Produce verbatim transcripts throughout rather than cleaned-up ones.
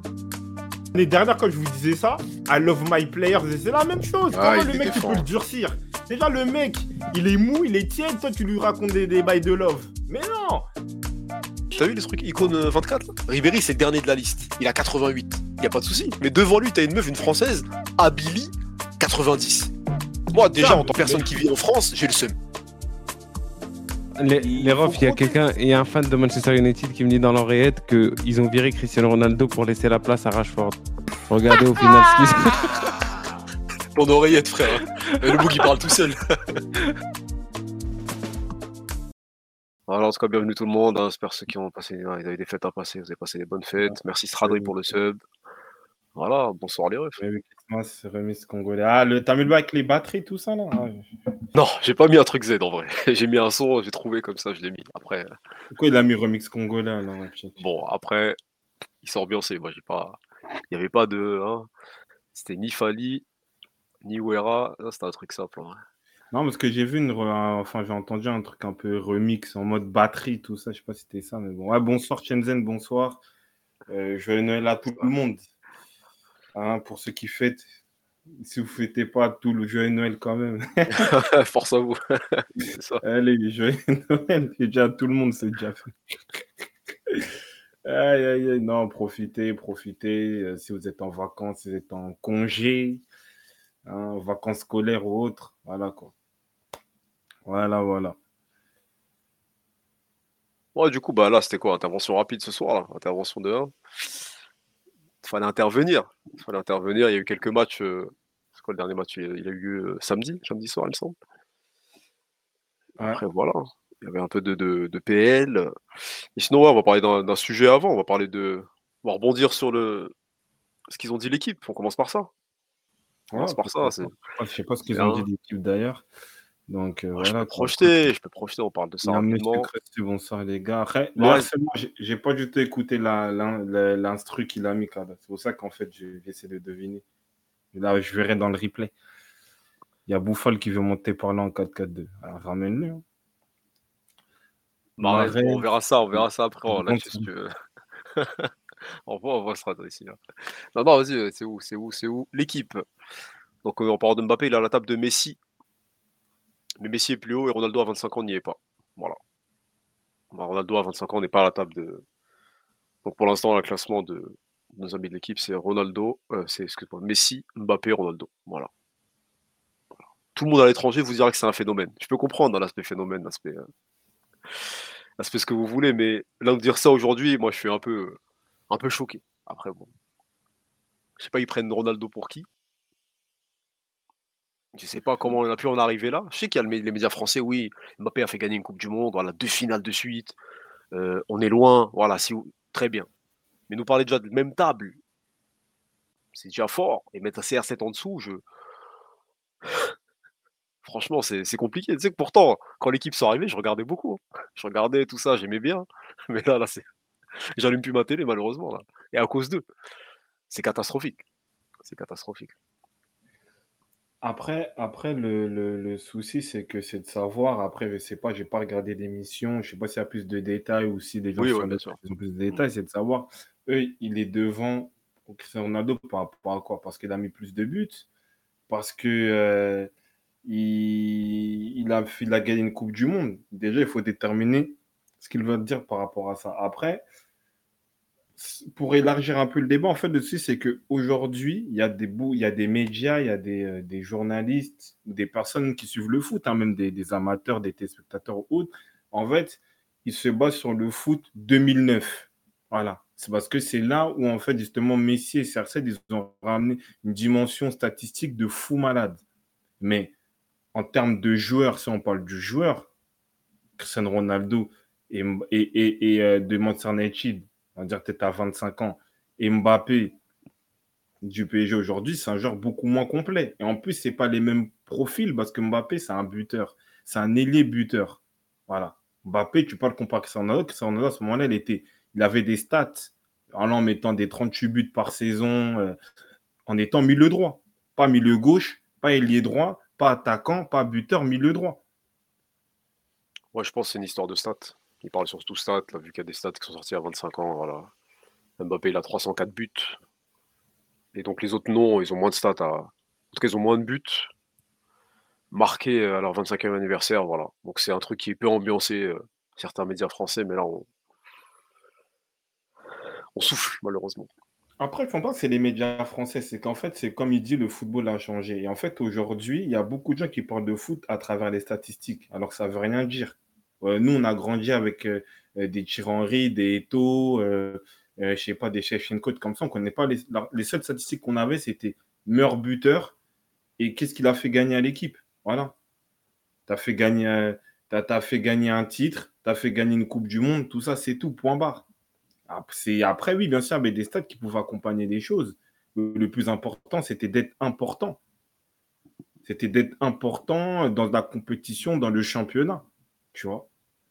L'année dernière, quand je vous disais ça, I love my players, c'est la même chose. Ah, Comment il le les mec, tu défend. peux le durcir? Déjà, le mec, il est mou, il est tiède, toi, tu lui racontes des, des bails de love. Mais non! T'as vu les trucs icône euh, vingt-quatre là Ribéry, c'est le dernier de la liste. Il a quatre-vingt-huit. Y a pas de souci. Mais devant lui, t'as une meuf, une française, Abili, quatre-vingt-dix. Moi, déjà, Ça, en tant que personne mais- qui vit en France, j'ai le seum. Les, Il les faut refs, il y a compter. quelqu'un, il y a un fan de Manchester United qui me dit dans l'oreillette qu'ils ont viré Cristiano Ronaldo pour laisser la place à Rashford. Regardez au final ce qui se Ton oreillette, frère. Et le bout qui parle tout seul. Alors, en tout cas, bienvenue tout le monde. hein. J'espère ceux qui ont passé, ouais, ils avaient des fêtes à passer. Vous avez passé des bonnes fêtes. Merci Stradri pour le sub. Voilà, bonsoir les refs. Merry Christmas, remise congolais. Ah, le... t'as mis le bail avec les batteries, tout ça, là? Ah, Non, j'ai pas mis un truc Z en vrai. J'ai mis un son, j'ai trouvé comme ça, je l'ai mis. Après, euh, pourquoi il a mis remix congolais, là? Ouais, check. bon, après, il s'est ambiancé. Moi, j'ai pas. Il y avait pas de. hein, C'était ni Fali, ni Wera. Non, c'était un truc simple. hein. Non, parce que j'ai vu une. re- Enfin, j'ai entendu un truc un peu remix en mode batterie, tout ça. Je sais pas si c'était ça, mais bon. Ouais, bonsoir, Shenzhen, bonsoir. Euh, joyeux Noël à tout le monde. Hein, pour ceux qui fêtent. Si vous fêtez pas tout le joyeux Noël quand même. Force à vous. C'est ça. Allez, joyeux Noël. C'est déjà tout le monde, c'est déjà fait. Aïe, aïe, aïe. Non, profitez, profitez. Euh, si vous êtes en vacances, si vous êtes en congé, hein, vacances scolaires ou autres. Voilà, quoi. Voilà, voilà. Ouais, du coup, bah là, c'était quoi? Intervention rapide ce soir, là. Intervention de un. Il fallait intervenir. Il fallait intervenir. Il y a eu quelques matchs. euh, C'est quoi le dernier match? Il il a eu lieu euh, samedi, samedi soir, il me semble. Ouais. Après, voilà. Il y avait un peu de, de, de P L. Et sinon, ouais, on va parler d'un d'un sujet avant. On va parler de. On va rebondir sur le ce qu'ils ont dit l'équipe. On commence par ça. On Ouais, commence par ça. pourquoi C'est, pas. Je sais pas ce c'est qu'ils ont dit un... d'équipe d'ailleurs. Donc euh, Ouais, je voilà, peux quoi. projeter. Je peux projeter. On parle de Il ça y a Monsieur rapidement. Cressy, bonsoir les gars. Après, le Ouais, harcèlement, j'ai j'ai pas du tout écouté la- la- la- l'instru qu'il a mis, Kada. C'est pour ça qu'en fait, j'ai j'ai essayé de deviner. Et là, je verrai dans le replay. Il y a Bouffal qui veut monter par là en quatre quatre deux. Alors, ramène-le. hein. Mahrez, Mahrez, bon, on verra ça. On verra ça après. On va bon, lâcher si tu veux. On voit, on voit ce ici. Là. Non, non, vas-y. euh, C'est où? C'est où? C'est où? L'équipe. Donc, euh, on parle de Mbappé. Il est à la table de Messi. Mais Messi est plus haut et Ronaldo à vingt-cinq ans n'y est pas. Voilà. Bah, Ronaldo à vingt-cinq ans n'est pas à la table de. Donc, pour l'instant, le classement de nos amis de l'équipe, c'est Ronaldo. euh, c'est, excuse-moi, Messi, Mbappé, Ronaldo. Voilà. Tout le monde à l'étranger vous dira que c'est un phénomène. Je peux comprendre dans l'aspect phénomène, l'aspect, euh, l'aspect ce que vous voulez, mais là de dire ça aujourd'hui, moi je suis un peu, un peu choqué. Après bon, je sais pas, ils prennent Ronaldo pour qui. Je sais pas comment on a pu en arriver là. Je sais qu'il y a le mé- les médias français, oui, Mbappé a fait gagner une Coupe du Monde, voilà, deux finales de suite. euh, on est loin, voilà, si vous- très bien. Mais nous parler déjà de même table, c'est déjà fort. Et mettre un C R sept en dessous, je, franchement, c'est c'est compliqué. Tu sais que pourtant, quand l'équipe sont arrivée, je regardais beaucoup. hein. Je regardais tout ça, j'aimais bien. Mais là, là, c'est J'allume plus ma télé, malheureusement, là. Et à cause d'eux. C'est catastrophique. C'est catastrophique. Après, après le, le- le souci, c'est que c'est de savoir. Après, je sais pas, j'ai pas regardé d'émission. Je sais pas s'il y a plus de détails ou si des gens Oui, sur ouais, bien le sûr. ils ont plus de Mm. détails. C'est de savoir, eux, il est devant Cristiano Ronaldo par rapport à quoi? Parce qu'il a mis plus de buts. Parce que euh, il, il a, il a gagné une Coupe du Monde. Déjà, il faut déterminer ce qu'il veut dire par rapport à ça. Après, pour élargir un peu le débat, en fait, dessus, c'est qu'aujourd'hui, il y a des bouts, il y a des médias, il y a des, euh, des journalistes, des personnes qui suivent le foot, hein, même des, des amateurs, des téléspectateurs ou autres. En fait, ils se basent sur le foot deux mille neuf. Voilà. C'est parce que c'est là où, en fait, justement, Messi et C R sept, ils ont ramené une dimension statistique de fou malade. Mais en termes de joueurs, si on parle du joueur, Cristiano Ronaldo et, et, et, et euh, de Manchester United, on va dire peut-être à vingt-cinq ans, et Mbappé du P S G aujourd'hui, c'est un joueur beaucoup moins complet. Et en plus, ce n'est pas les mêmes profils parce que Mbappé, c'est un buteur. C'est un ailier buteur. Voilà. Mbappé, tu parles comparé à Cristiano Ronaldo. Cristiano Ronaldo, à ce moment-là, il, était, il avait des stats en mettant des trente-huit buts par saison, euh, en étant milieu droit. Pas milieu gauche, pas ailier droit, pas attaquant, pas buteur, milieu droit. Moi, je pense que c'est une histoire de stats. Il parle surtout stats, là, vu qu'il y a des stats qui sont sortis à vingt-cinq ans, voilà. Mbappé, il a trois cent quatre buts. Et donc les autres non, ils ont moins de stats. À... En tout cas, ils ont moins de buts marqués à leur vingt-cinquième anniversaire. Voilà. Donc c'est un truc qui peut ambiancer euh, certains médias français, mais là, on, on souffle, malheureusement. Après, il ne faut pas que c'est les médias français. C'est qu'en fait, c'est comme il dit, le football a changé. Et en fait, aujourd'hui, il y a beaucoup de gens qui parlent de foot à travers les statistiques, alors que ça ne veut rien dire. Euh, nous, on a grandi avec euh, euh, des Thierry Henry, des Eto'o, euh, euh, je sais pas, des Shevchenko, comme ça. On connaît pas les, la- les seules statistiques qu'on avait, c'était meilleur buteur et qu'est-ce qu'il a fait gagner à l'équipe. Voilà. Tu as fait gagner, euh, t'as, t'as fait gagner un titre, tu as fait gagner une Coupe du Monde, tout ça, c'est tout, point barre. Ap- c'est- Après, oui, bien sûr, il y avait des stats qui pouvaient accompagner des choses. Le, le plus important, c'était d'être important. C'était d'être important dans la compétition, dans le championnat. Tu vois.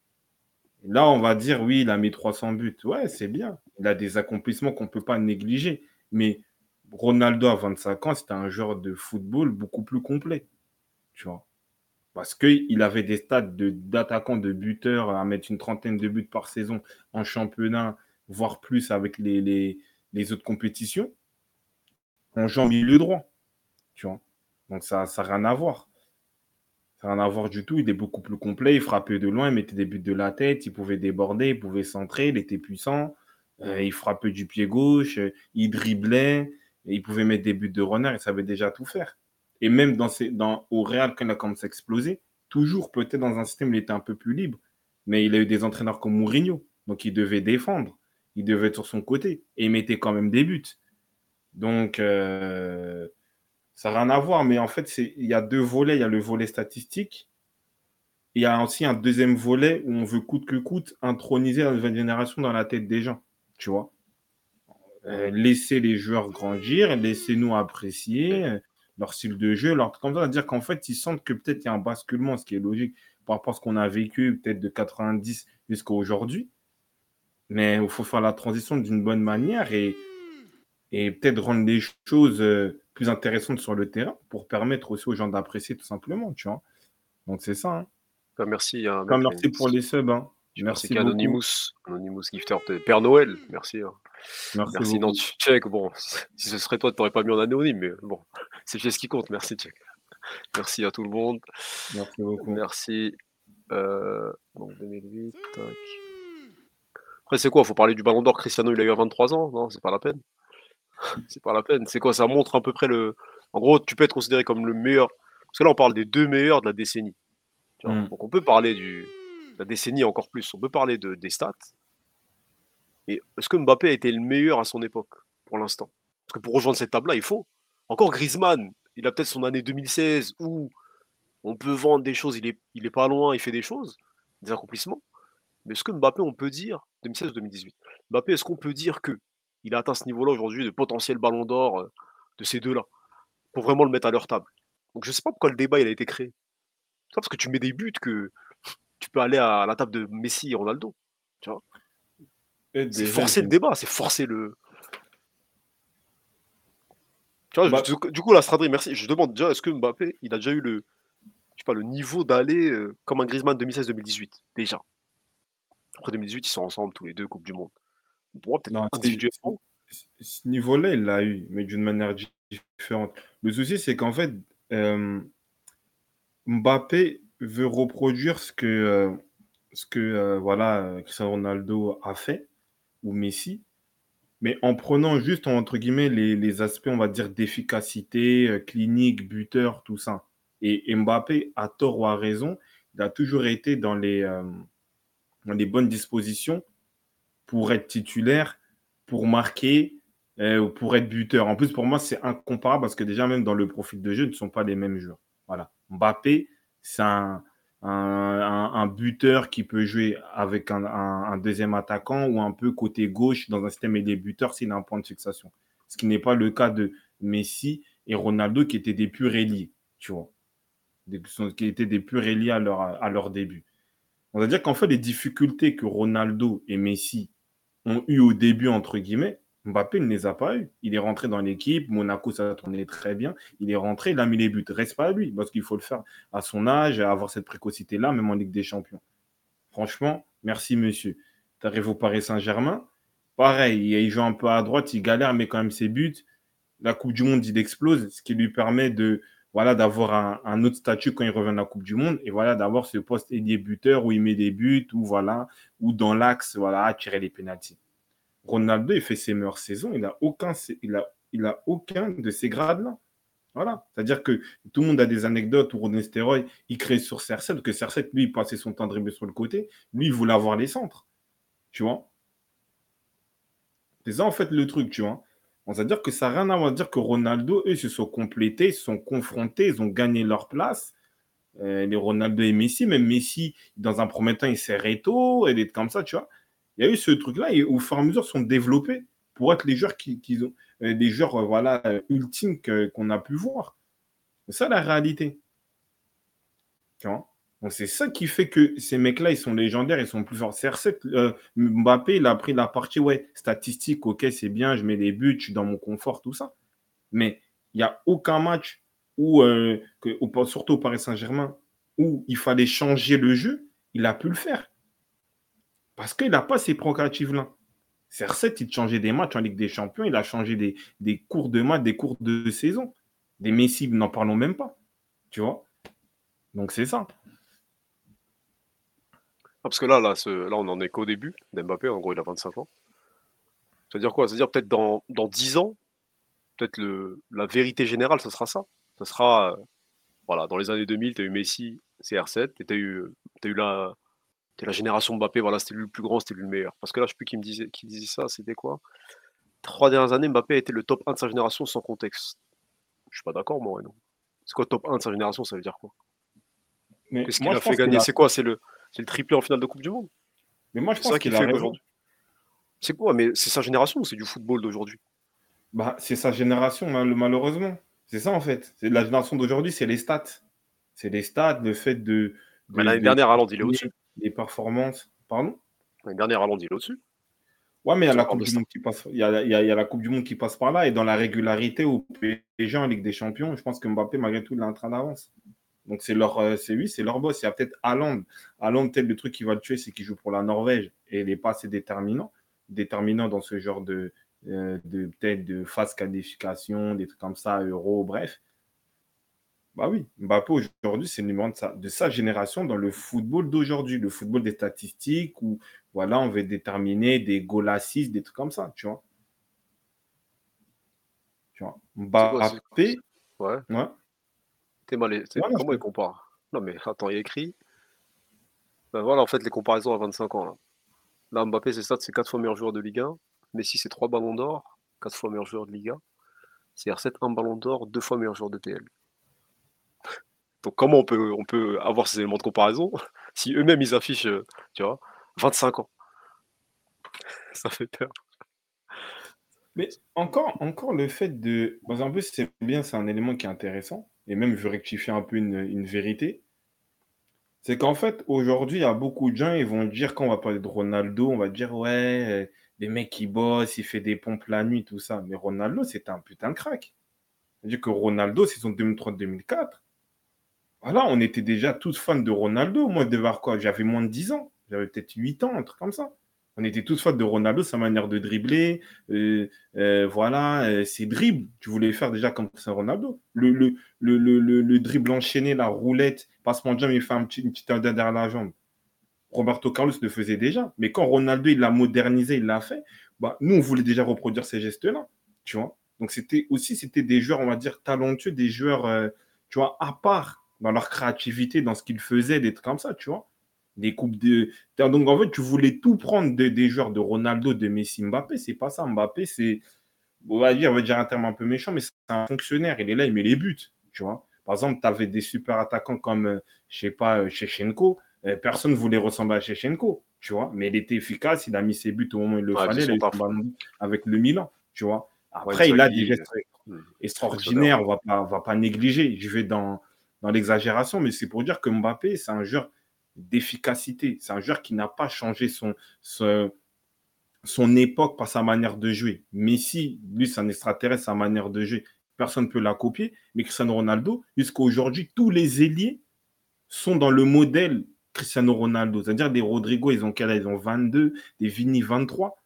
Et là, on va dire, oui, il a mis trois cents buts. Ouais, c'est bien. Il a des accomplissements qu'on ne peut pas négliger. Mais Ronaldo, à vingt-cinq ans, c'était un joueur de football beaucoup plus complet. Tu vois. Parce qu'il avait des stats de, d'attaquant, de buteur à mettre une trentaine de buts par saison en championnat, voire plus avec les, les, les autres compétitions, en jouant milieu droit. Tu vois. Donc ça n'a rien à voir. Ça n'a rien à voir du tout. Il est beaucoup plus complet. Il frappait de loin, il mettait des buts de la tête, il pouvait déborder, il pouvait centrer, il était puissant. Euh, il frappait du pied gauche, euh, il driblait, et il pouvait mettre des buts de runner, il savait déjà tout faire. Et même dans ses, dans, au Real, quand il a commencé à exploser, toujours peut-être dans un système où il était un peu plus libre, mais il a eu des entraîneurs comme Mourinho, donc il devait défendre, il devait être sur son côté, et il mettait quand même des buts. Donc, euh, ça n'a rien à voir, mais en fait, c'est, il y a deux volets. Il y a le volet statistique, et il y a aussi un deuxième volet où on veut coûte que coûte introniser la nouvelle génération dans la tête des gens, tu vois. Euh, laisser les joueurs grandir, laissez-nous apprécier euh, leur style de jeu, leur comme ça, c'est-à-dire qu'en fait, ils sentent que peut-être il y a un basculement, ce qui est logique par rapport à ce qu'on a vécu peut-être de quatre-vingt-dix jusqu'à aujourd'hui. Mais il faut faire la transition d'une bonne manière et, et peut-être rendre les choses euh, plus intéressantes sur le terrain pour permettre aussi aux gens d'apprécier tout simplement, tu vois. Donc c'est ça. Hein. Enfin, merci, il y a un Enfin, mec là, merci pour les subs. Hein. je pensais Merci beaucoup. qu'Anonymous, Anonymous Gifter, peut-être Père Noël, merci. Hein. Merci Merci, non, beaucoup. Tchèque, bon, si ce serait toi, tu n'aurais pas mis en anonyme, mais bon, c'est ce qui compte, merci Tchèque. Merci à tout le monde, Merci beaucoup. merci. Euh, donc deux mille huit, tac. Après, c'est quoi? Faut parler du Ballon d'Or. Cristiano, il a eu à vingt-trois ans? Non, c'est pas la peine. C'est pas la peine. C'est quoi? Ça montre à peu près le. En gros, tu peux être considéré comme le meilleur. Parce que là, on parle des deux meilleurs de la décennie. Tu vois. Mm. Donc, on peut parler du... de la décennie encore plus. On peut parler de... des stats. Et est-ce que Mbappé a été le meilleur à son époque, pour l'instant? Parce que pour rejoindre cette table-là, il faut. Encore Griezmann, il a peut-être son année deux mille seize où on peut vendre des choses, il est, il est pas loin, il fait des choses, des accomplissements. Mais est-ce que Mbappé, on peut dire, deux mille seize ou deux mille dix-huit, Mbappé, est-ce qu'on peut dire que il a atteint ce niveau-là aujourd'hui de potentiel ballon d'or euh, de ces deux-là, pour vraiment le mettre à leur table? Donc je sais pas pourquoi le débat il a été créé. C'est pas parce que tu mets des buts que tu peux aller à la table de Messi et Ronaldo. Tu vois, Et c'est déjà, forcer ils le ont- débat, c'est forcer le. Tu vois, bah, je- du coup, là, Stradri, merci. Je demande déjà, est-ce que Mbappé, il a déjà eu le, je sais pas, le niveau d'aller euh, comme un Griezmann deux mille seize deux mille dix-huit, déjà. Après deux mille dix-huit, ils sont ensemble tous les deux, Coupe du Monde. Pour moi, peut-être non, c'est- individuellement. ce niveau-là, il l'a eu, mais d'une manière di- différente. Le souci, c'est qu'en fait, euh, Mbappé veut reproduire ce que, euh, ce que euh, voilà, euh, Cristiano Ronaldo a fait, ou Messi, mais en prenant juste, entre guillemets, les, les aspects, on va dire, d'efficacité, euh, clinique, buteur, tout ça. Et, et Mbappé, à tort ou à raison, il a toujours été dans les, euh, dans les bonnes dispositions pour être titulaire, pour marquer, euh, pour être buteur. En plus, pour moi, c'est incomparable parce que déjà, même dans le profil de jeu, ils ne sont pas les mêmes joueurs. Voilà. Mbappé, c'est un, un, un, un buteur qui peut jouer avec un, un, un, deuxième attaquant ou un peu côté gauche dans un système et des buteurs s'il a un point de fixation. Ce qui n'est pas le cas de Messi et Ronaldo qui étaient des purs ailiers, tu vois. Des, qui étaient des purs ailiers à leur, à leur début. On va dire qu'en fait, les difficultés que Ronaldo et Messi ont eu au début, entre guillemets, Mbappé ne les a pas eu. Il est rentré dans l'équipe, Monaco, ça a tourné très bien. Il est rentré, il a mis les buts. Reste pas à lui, parce qu'il faut le faire à son âge, avoir cette précocité-là, même en Ligue des Champions. Franchement, merci monsieur. Tu arrives au Paris Saint-Germain, pareil, il joue un peu à droite, il galère, mais quand même ses buts. La Coupe du Monde, il explose, ce qui lui permet de, voilà, d'avoir un, un autre statut quand il revient de la Coupe du Monde et voilà, d'avoir ce poste ailier buteur où il met des buts, ou voilà, ou dans l'axe, voilà, tirer les pénaltys. Ronaldo, il fait ses meilleures saisons, il n'a aucun, il a, il a aucun de ces grades-là. Voilà. C'est-à-dire que tout le monde a des anecdotes où Ronald Nistelrooy, il crée sur C R sept, que C R sept, lui, il passait son temps dribbler sur le côté. Lui, il voulait avoir les centres. Tu vois? C'est ça, en fait, le truc, tu vois. On va dire que ça n'a rien à voir. Dire que Ronaldo, eux, se sont complétés, se sont confrontés, ils ont gagné leur place. Euh, les Ronaldo et Messi, même Messi, dans un premier temps, il s'est réto, et des comme ça, tu vois. Il y a eu ce truc-là, et au fur et à mesure, sont développés pour être les joueurs qui, qui ont, euh, les joueurs, euh, voilà, euh, ultimes que, qu'on a pu voir. C'est ça la réalité. Tu vois. Donc c'est ça qui fait que ces mecs-là, ils sont légendaires, ils sont plus forts. C R sept, euh, Mbappé, il a pris la partie, ouais, statistique, ok, c'est bien, je mets des buts, je suis dans mon confort, tout ça. Mais il n'y a aucun match où, euh, que, surtout au Paris Saint-Germain, où il fallait changer le jeu, il a pu le faire. Parce qu'il n'a pas ces prérogatives-là. C R sept, il changeait des matchs en Ligue des Champions, il a changé des, des cours de matchs, des cours de saison. Des Messi, n'en parlons même pas. Tu vois. Donc c'est ça. Ah, parce que là, là, ce, là, on en est qu'au début d'Mbappé, en gros, il a vingt-cinq ans. C'est-à-dire quoi? C'est-à-dire peut-être dans, dans dix ans, peut-être le, la vérité générale, ce sera ça. Ce sera, euh, voilà, dans les années deux mille, tu as eu Messi, C R sept, et tu as eu, t'as eu la, t'as la génération Mbappé, voilà, c'était lui le plus grand, c'était lui le meilleur. Parce que là, je sais plus qui me disait, qui disait ça, c'était quoi? Trois dernières années, Mbappé a été le top un de sa génération sans contexte. Je suis pas d'accord, moi, non. C'est quoi top un de sa génération? Ça veut dire quoi? Mais Qu'est-ce qu'il moi, a je fait pense qu'il gagner? a... C'est quoi? C'est le, c'est le triplé en finale de Coupe du Monde? Mais moi, je C'est pense ça qui qu'il a fait raison. qu'aujourd'hui. C'est quoi? Mais c'est sa génération ou c'est du football d'aujourd'hui? Bah, c'est sa génération, mal- malheureusement. C'est ça, en fait. C'est la génération d'aujourd'hui, c'est les stats. C'est les stats, le fait de, Mais de, l'année de dernière, Haaland, il est au-dessus. les performances. Pardon? L'année dernière, Haaland, il est au-dessus. Ouais, mais il y a Si la on parle Coupe de du stats. Monde qui passe, il y a, il y a- il y a la Coupe du Monde qui passe par là, et dans la régularité au P S G en Ligue des Champions, je pense que Mbappé, malgré tout, il a un train d'avance. Donc c'est leur, euh, c'est lui, c'est leur boss. Il y a peut-être Haaland. Haaland, peut-être le truc qui va le tuer, c'est qu'il joue pour la Norvège et il n'est pas assez déterminant, déterminant dans ce genre de, euh, de peut-être de phase qualification, des trucs comme ça, Euro, bref. Bah oui, Mbappé aujourd'hui, c'est le numéro un de sa, de sa génération dans le football d'aujourd'hui, le football des statistiques où voilà, on veut déterminer des goal assists, des trucs comme ça, tu vois. Tu vois. C'est quoi? C'est... Mbappé, Ouais. ouais. T'es mal... t'es- Ouais, non, Comment je il compare? Non, mais attends, il y a écrit. Ben voilà, en fait, les comparaisons à vingt-cinq ans. Là, là Mbappé, ses stats, c'est quatre fois meilleur joueur de Ligue un. Messi, c'est trois ballons d'or, quatre fois meilleur joueur de Ligue un. C R sept, un ballon d'or, deux fois meilleur joueur de P L. Donc, comment on peut, on peut avoir ces éléments de comparaison si eux-mêmes ils affichent, euh, tu vois, vingt-cinq ans? Ça fait peur. Mais encore, encore le fait de. Parce qu'en plus, c'est bien, c'est un élément qui est intéressant. Et même, je veux rectifier un peu une, une vérité. C'est qu'en fait, aujourd'hui, il y a beaucoup de gens, ils vont dire, quand on va parler de Ronaldo, on va dire, ouais, euh, les mecs qui bossent, il fait des pompes la nuit, tout ça. Mais Ronaldo, c'était un putain de crack. C'est-à-dire que Ronaldo, c'est son deux mille trois deux mille quatre. Voilà, on était déjà tous fans de Ronaldo. Moi, je devais avoir quoi? J'avais moins de dix ans. J'avais peut-être huit ans, un truc comme ça. On était tous fans de Ronaldo, sa manière de dribbler. Euh, euh, voilà, euh, ses dribbles. Tu voulais faire déjà comme Cristiano Ronaldo. Le, le, le, le, le, le dribble enchaîné, la roulette, passement de jambe, il fait un petit, une petite inde derrière la jambe. Roberto Carlos le faisait déjà. Mais quand Ronaldo, il l'a modernisé, il l'a fait, bah, nous, on voulait déjà reproduire ces gestes-là. Tu vois. Donc, c'était aussi, c'était des joueurs, on va dire, talentueux, des joueurs, euh, tu vois, à part dans leur créativité, dans ce qu'ils faisaient, des trucs comme ça, tu vois. Des coupes de. Donc, en fait, tu voulais tout prendre de- des joueurs de Ronaldo, de Messi, Mbappé. C'est pas ça. Mbappé, c'est. On va dire, on va dire un terme un peu méchant, mais c'est un fonctionnaire. Il est là, il met les buts, tu vois. Par exemple, tu avais des super attaquants comme, euh, je sais pas, euh, Shevchenko. Euh, personne ne voulait ressembler à Shevchenko, tu vois. Mais il était efficace, il a mis ses buts au moment où il le Ouais, fallait. c'est Il a son eu son taf. ballon avec le Milan, tu vois. Ouais, Après, il a des Inzaghi, gestes hmm, extraordinaire, fonctionnaire. on va pas, on va pas négliger. Je vais dans, dans l'exagération, mais c'est pour dire que Mbappé, c'est un joueur d'efficacité. C'est un joueur qui n'a pas changé son, son, son époque par sa manière de jouer. Messi, lui, c'est un extraterrestre, sa manière de jouer. Personne ne peut la copier. Mais Cristiano Ronaldo, jusqu'à aujourd'hui, tous les ailiers sont dans le modèle Cristiano Ronaldo. C'est-à-dire des Rodrigo, ils ont quel âge? Ils ont vingt-deux, des Vini, vingt-trois.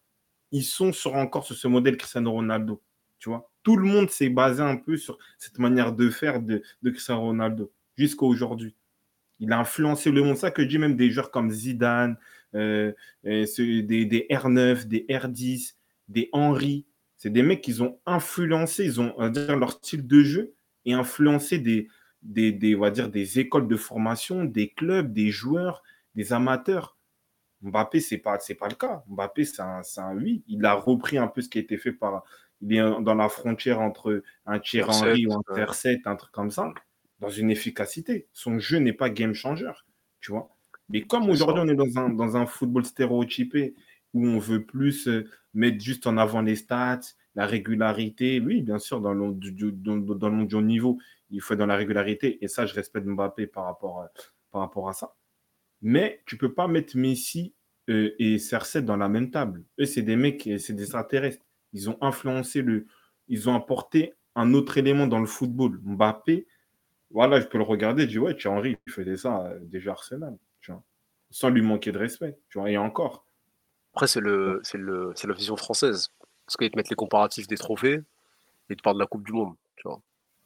ils sont sur, encore sur ce modèle Cristiano Ronaldo. Tu vois, tout le monde s'est basé un peu sur cette manière de faire de, de Cristiano Ronaldo jusqu'à aujourd'hui. Il a influencé le monde. Ça que je dis, même des joueurs comme Zidane, euh, euh, des, des R neuf, des R dix, des Henry. C'est des mecs qui ont influencé, ils ont, on va dire, leur style de jeu et influencé des, des, des, on va dire, des écoles de formation, des clubs, des joueurs, des amateurs. Mbappé, ce n'est pas, c'est pas le cas. Mbappé, c'est un, c'est un oui. Il a repris un peu ce qui a été fait par. Il est dans la frontière entre un Thierry Henry ou un C R sept, un truc comme ça, dans une efficacité. Son jeu n'est pas game changer, tu vois. Mais comme C'est aujourd'hui, ça. on est dans un, dans un football stéréotypé où on veut plus euh, mettre juste en avant les stats, la régularité. Oui, bien sûr, dans le, du- du- dans, dans le monde du haut niveau, il faut être dans la régularité. Et ça, je respecte Mbappé par rapport, à- par rapport à ça. Mais tu peux pas mettre Messi euh, et C R sept dans la même table. Eux, c'est des mecs, euh, c'est des extraterrestres. Ils ont influencé le. Ils ont apporté un autre élément dans le football. Mbappé, voilà, je peux le regarder, je dis ouais, Thierry Henry, il faisait ça euh, déjà Arsenal, tu vois. Sans lui manquer de respect, tu vois, et encore. Après, c'est le, c'est le, c'est la vision française. Parce qu'ils te mettent les comparatifs des trophées et ils te parlent de la Coupe du Monde, tu vois.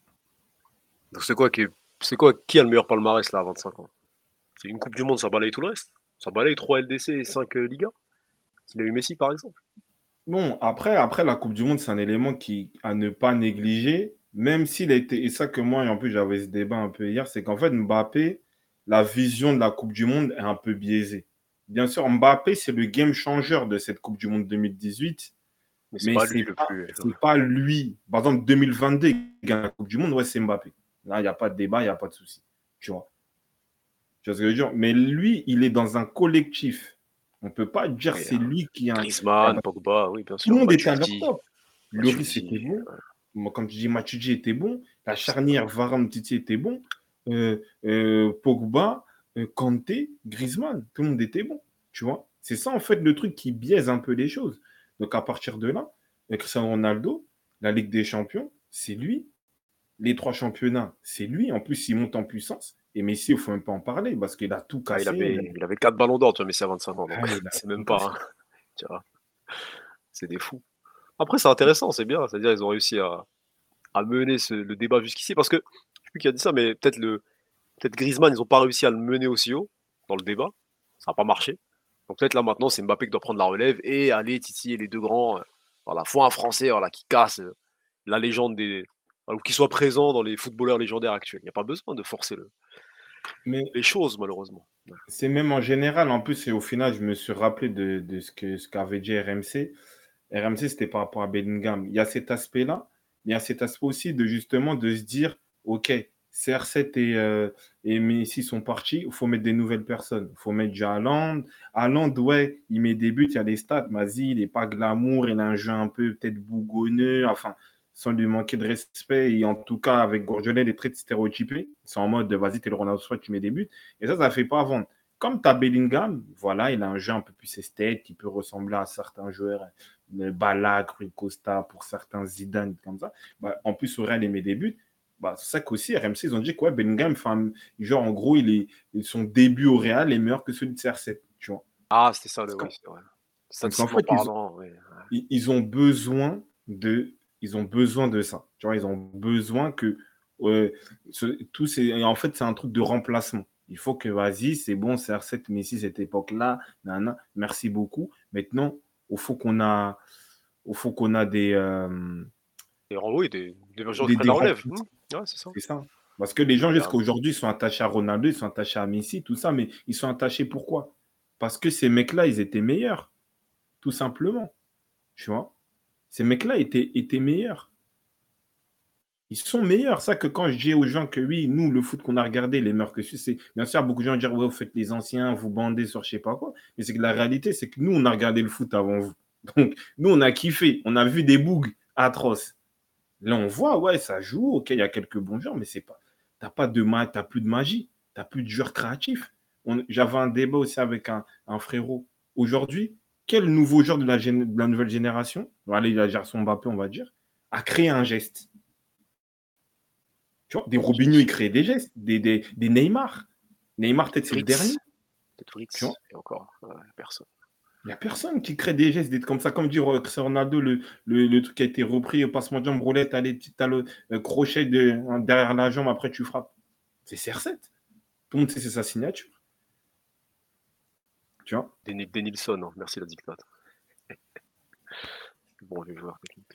Donc c'est quoi qui est- c'est quoi qui a le meilleur palmarès là à vingt-cinq ans? C'est une Coupe du Monde, ça balaye tout le reste. Ça balaye trois L D C et cinq euh, Liga. S'il a eu Messi par exemple. Bon, après, après, la Coupe du Monde, c'est un élément qui, à ne pas négliger, même s'il a été, et ça que moi, et en plus, j'avais ce débat un peu hier, c'est qu'en fait, Mbappé, la vision de la Coupe du Monde est un peu biaisée. Bien sûr, Mbappé, c'est le game changer de cette Coupe du Monde deux mille dix-huit, Mais c'est mais pas lui c'est le pas, plus. c'est pas lui. Par exemple, deux mille vingt-deux, il gagne la Coupe du Monde, ouais, c'est Mbappé. Là, il n'y a pas de débat, il n'y a pas de souci. Tu vois. Tu vois ce que je veux dire? Mais lui, il est dans un collectif. On ne peut pas dire Oui, c'est lui qui a. Griezmann, Pogba, oui, bien Tout le sûr. monde était à leur Matuidi, top. Lloris était Matuidi. bon. Moi, comme tu dis, Matuidi était bon. La charnière Varane Titi était bon. Euh, euh, Pogba, euh, Kanté, Griezmann, tout le monde était bon. Tu vois? C'est ça, en fait, le truc qui biaise un peu les choses. Donc, à partir de là, euh, Cristiano Ronaldo, la Ligue des Champions, c'est lui. Les trois championnats, c'est lui. En plus, il monte en puissance. Et Messi, il ne faut même pas en parler parce qu'il a tout Ah, il cassé. avait, Il a, il avait quatre ballons d'or, tu vois, Messi à vingt-cinq ans, donc ah, il a c'est tout même pas, cassé. hein, tu vois, c'est des fous. Après, c'est intéressant, c'est bien, c'est-à-dire ils ont réussi à, à mener ce- le débat jusqu'ici, parce que, je sais plus qui a dit ça, mais peut-être le, peut-être Griezmann, ils n'ont pas réussi à le mener aussi haut dans le débat, ça n'a pas marché. Donc peut-être là maintenant, c'est Mbappé qui doit prendre la relève et aller titiller les deux grands. euh, Voilà, faut un Français voilà, qui casse euh, la légende des, ou qui soit présent dans les footballeurs légendaires actuels. Il n'y a pas besoin de forcer le, Mais les choses, malheureusement. c'est même en général, en plus, et au final, je me suis rappelé de, de ce que, ce qu'avait dit R M C. R M C, c'était par rapport à Bellingham. Il y a cet aspect-là, mais il y a cet aspect aussi de justement de se dire, OK, C R sept et, euh, et Messi sont partis, il faut mettre des nouvelles personnes. Il faut mettre déjà Haaland. Haaland, ouais, il met des buts, il y a des stats. Vas-y, il n'est pas glamour, il a un jeu un peu peut-être bougonneux, enfin, sans lui manquer de respect. Et en tout cas, avec Guardiola, il est très stéréotypé. C'est en mode, vas-y, t'es le Ronaldo, soit tu mets des buts. Et ça, ça ne fait pas vendre. Comme tu as Bellingham, voilà, il a un jeu un peu plus esthète qui peut ressembler à certains joueurs, le Balak, Rui Costa, pour certains Zidane, comme ça. Bah, en plus, Aurel, il met des buts. Bah, c'est ça qu'aussi, R M C, ils ont dit que ouais, Bellingham, enfin, genre, en gros, il est, son début au Real est meilleur que celui de C R sept, tu vois. Ah, c'était ça, le, Parce oui, qu'en, c'est vrai. parce qu'en Statistiquement fait, ils, parlant, oui. ils, ils ont besoin de, ils ont besoin de ça. Tu vois, ils ont besoin que euh, ce, tout ces, en fait, c'est un truc de remplacement. Il faut que, vas-y, c'est bon, C R sept, Messi, cette époque-là, nana, merci beaucoup. Maintenant, il faut qu'on a, il faut qu'on a des, euh, Et oui, des, des gens qui des, prennent des la relève. remplacements. Hmm, ouais, c'est ça. C'est ça. Parce que les gens, jusqu'à Regarde. aujourd'hui, sont attachés à Ronaldo, ils sont attachés à Messi, tout ça, mais ils sont attachés pourquoi? Parce que ces mecs-là, ils étaient meilleurs, tout simplement. Tu vois? Ces mecs-là étaient, étaient meilleurs. Ils sont meilleurs. Ça que quand je dis aux gens que oui, nous, le foot qu'on a regardé, les meilleurs que celui, c'est bien sûr, beaucoup de gens vont dire ouais, vous faites les anciens, vous bandez sur je sais pas quoi. Mais c'est que la réalité, c'est que nous, on a regardé le foot avant vous. Donc, nous, on a kiffé. On a vu des bougs atroces. Là, on voit, ouais, ça joue. Ok, il y a quelques bons joueurs, mais c'est pas. T'as pas de ma... t'as plus de magie. T'as plus de joueurs créatifs. On... J'avais un débat aussi avec un, un frérot. Aujourd'hui, quel nouveau joueur de la, gén... de la nouvelle génération, allez, la génération Mbappé, on va dire, a créé un geste? Tu vois, des Robinho, ils créent des gestes, des, des, des Neymar. Neymar, peut-être c'est le Fritz. dernier. Peut-être Tu vois, Fritz. Et encore, ouais, personne. Il n'y a personne qui crée des gestes d'être comme ça. Comme dit Ro- Cristiano Ronaldo, le, le, le truc qui a été repris, passement de jambe, roulette, allez, tu as le euh, crochet de, hein, derrière la jambe, après tu frappes. C'est C R sept. Tout le monde sait c'est sa signature. Tu vois? Denis Denilson, hein. Merci la dictate. Bon, vieux joueur technique.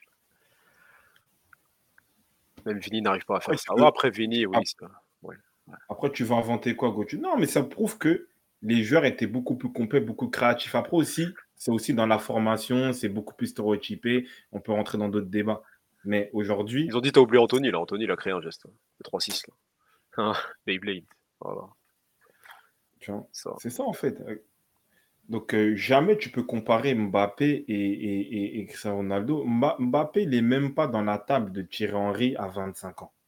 Même Vini n'arrive pas à Après, faire tu ça. veux- Ouais, après Vini, oui. ap- c'est- ouais. après, tu vas inventer quoi, Gauthier? Non, mais ça prouve que les joueurs étaient beaucoup plus complets, beaucoup créatifs. Après aussi, c'est aussi dans la formation, c'est beaucoup plus stéréotypé. On peut rentrer dans d'autres débats. Mais aujourd'hui, Ils ont dit t'as oublié Anthony, là. Anthony, il a créé un geste. hein. Le trois six, là. Hein, Beyblade. Voilà. tu vois, Ça. c'est ça en fait. Donc, euh, jamais tu peux comparer Mbappé et, et, et, et Cristiano Ronaldo. Mba- Mbappé, il n'est même pas dans la table de Thierry Henry à vingt-cinq ans.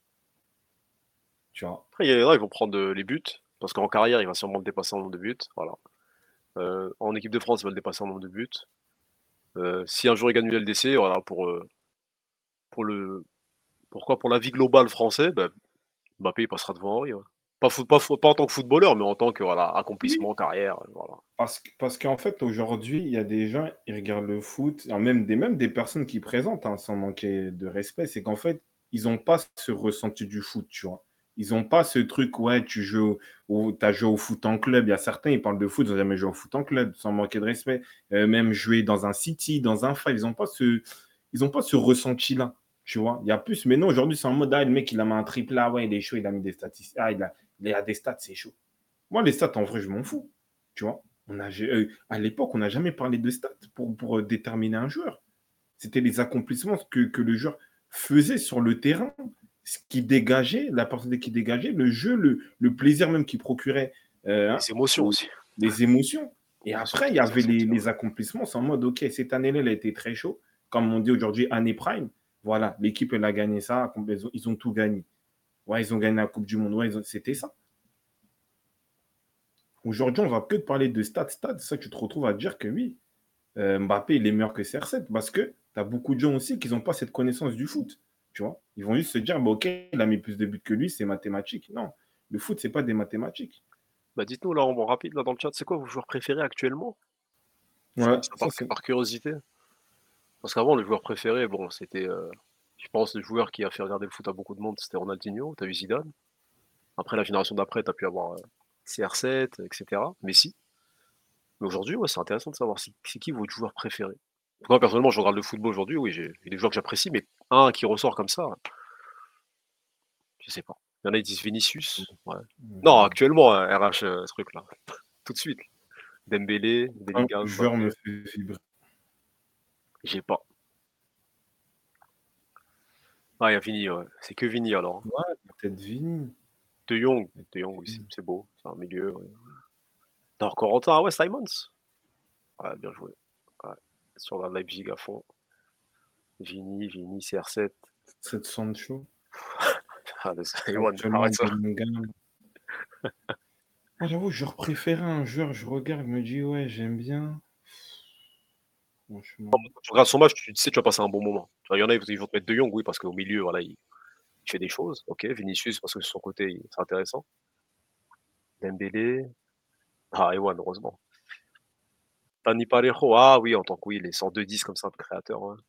Tu vois. Après, il y en a, ils vont prendre euh, les buts. Parce qu'en carrière, il va sûrement le dépasser en nombre de buts. Voilà. Euh, en équipe de France, il va le dépasser en nombre de buts. Euh, si un jour il gagne le L D C, voilà, pour, euh, pour le. Pourquoi pour la vie globale française, ben, Mbappé il passera devant Henry. Ouais. Pas, foot- pas, fo- pas en tant que footballeur, mais en tant que voilà, Oui. accomplissement, carrière. Voilà. Parce, que- parce qu'en fait, aujourd'hui, il y a des gens, ils regardent le foot, et même des, même des personnes qui présentent, hein, sans manquer de respect, c'est qu'en fait, ils n'ont pas ce ressenti du foot, tu vois. Ils n'ont pas ce truc, ouais, tu joues au, as joué au foot en club. Il y a certains, ils parlent de foot, ils n'ont jamais joué au foot en club, sans manquer de respect. Euh, même jouer dans un City, dans un Five, ils n'ont pas ce, ils ont pas ce ressenti-là, tu vois. Il y a plus, mais non, aujourd'hui, c'est en mode, ah, le mec, il a mis un triple, ah ouais, il est chaud, il a mis des statistiques, ah, il a, il a des stats, c'est chaud. Moi, les stats, en vrai, je m'en fous, tu vois. On a, euh, à l'époque, on n'a jamais parlé de stats pour, pour euh, déterminer un joueur. C'était les accomplissements que, que le joueur faisait sur le terrain, ce qui dégageait, la personnalité qui dégageait, le jeu, le, le plaisir même qu'il procurait, euh, hein, Les émotions aussi. les émotions. Et Les émotions après, il y qu'il faisait avait les, ressentir. les accomplissements. C'est en mode, OK, cette année-là, elle a été très chaud. Comme on dit aujourd'hui, année prime. Voilà, l'équipe, elle a gagné ça. Ils ont, ils ont tout gagné. Ouais, ils ont gagné la Coupe du Monde. Ouais, ils ont- c'était ça. Aujourd'hui, on va que te parler de stats, stats. C'est ça que tu te retrouves à dire que oui, euh, Mbappé, il est meilleur que C R sept parce que tu as beaucoup de gens aussi qui n'ont pas cette connaissance du foot. Tu vois, ils vont juste se dire, bah, OK, il a mis plus de buts que lui, c'est mathématique. Non, le foot, c'est pas des mathématiques. Bah, dites-nous là en bon rapide là dans le chat, c'est quoi vos joueurs préférés actuellement? Je Ouais, dis ça ça, par, c'est. par curiosité. Parce qu'avant, le joueur préféré, bon, c'était, euh, je pense, le joueur qui a fait regarder le foot à beaucoup de monde, c'était Ronaldinho. T'as vu Zidane. Après, la génération d'après, t'as pu avoir euh, C R sept, et cetera. Messi. Mais aujourd'hui, ouais, c'est intéressant de savoir c'est c'est qui votre joueur préféré. Moi, personnellement, je regarde le football aujourd'hui, oui, j'ai j'ai des joueurs que j'apprécie, mais un qui ressort comme ça, je sais pas. Il y en a qui disent Vinicius. Ouais. Non, actuellement, hein, R H, euh, ce truc-là. Tout de suite. Dembélé, Un Bellingham, joueur me Mbappé. fait vibrer. J'ai pas. Ah, il y a Vini, ouais. C'est que Vini alors. Ouais, peut-être Vini. De Jong. De Jong, oui, c'est c'est beau. C'est un milieu. Ouais. Non, Corentin, ah ouais, Simons. Ouais, bien joué. Ouais. Sur la Leipzig à fond. Vini, Vini, C R sept. sept cents chaud. Ah, le Simon, Actuellement, arrête ça. Bellingham. Moi, j'avoue, je préférais un joueur, je regarde, je me dis, ouais, j'aime bien. Franchement. Quand tu regardes son match, tu sais que tu vas passer un bon moment. Tu vois, il y en a, ils vont te mettre De Jong, oui, parce qu'au milieu, voilà, il, il fait des choses. Ok, Vinicius, parce que de son côté, il- c'est intéressant. Dembélé. Ah, Ewan, heureusement. Dani Parejo, ah oui, en tant que oui, les cent deux dix comme ça, un peu créateur. Ouais.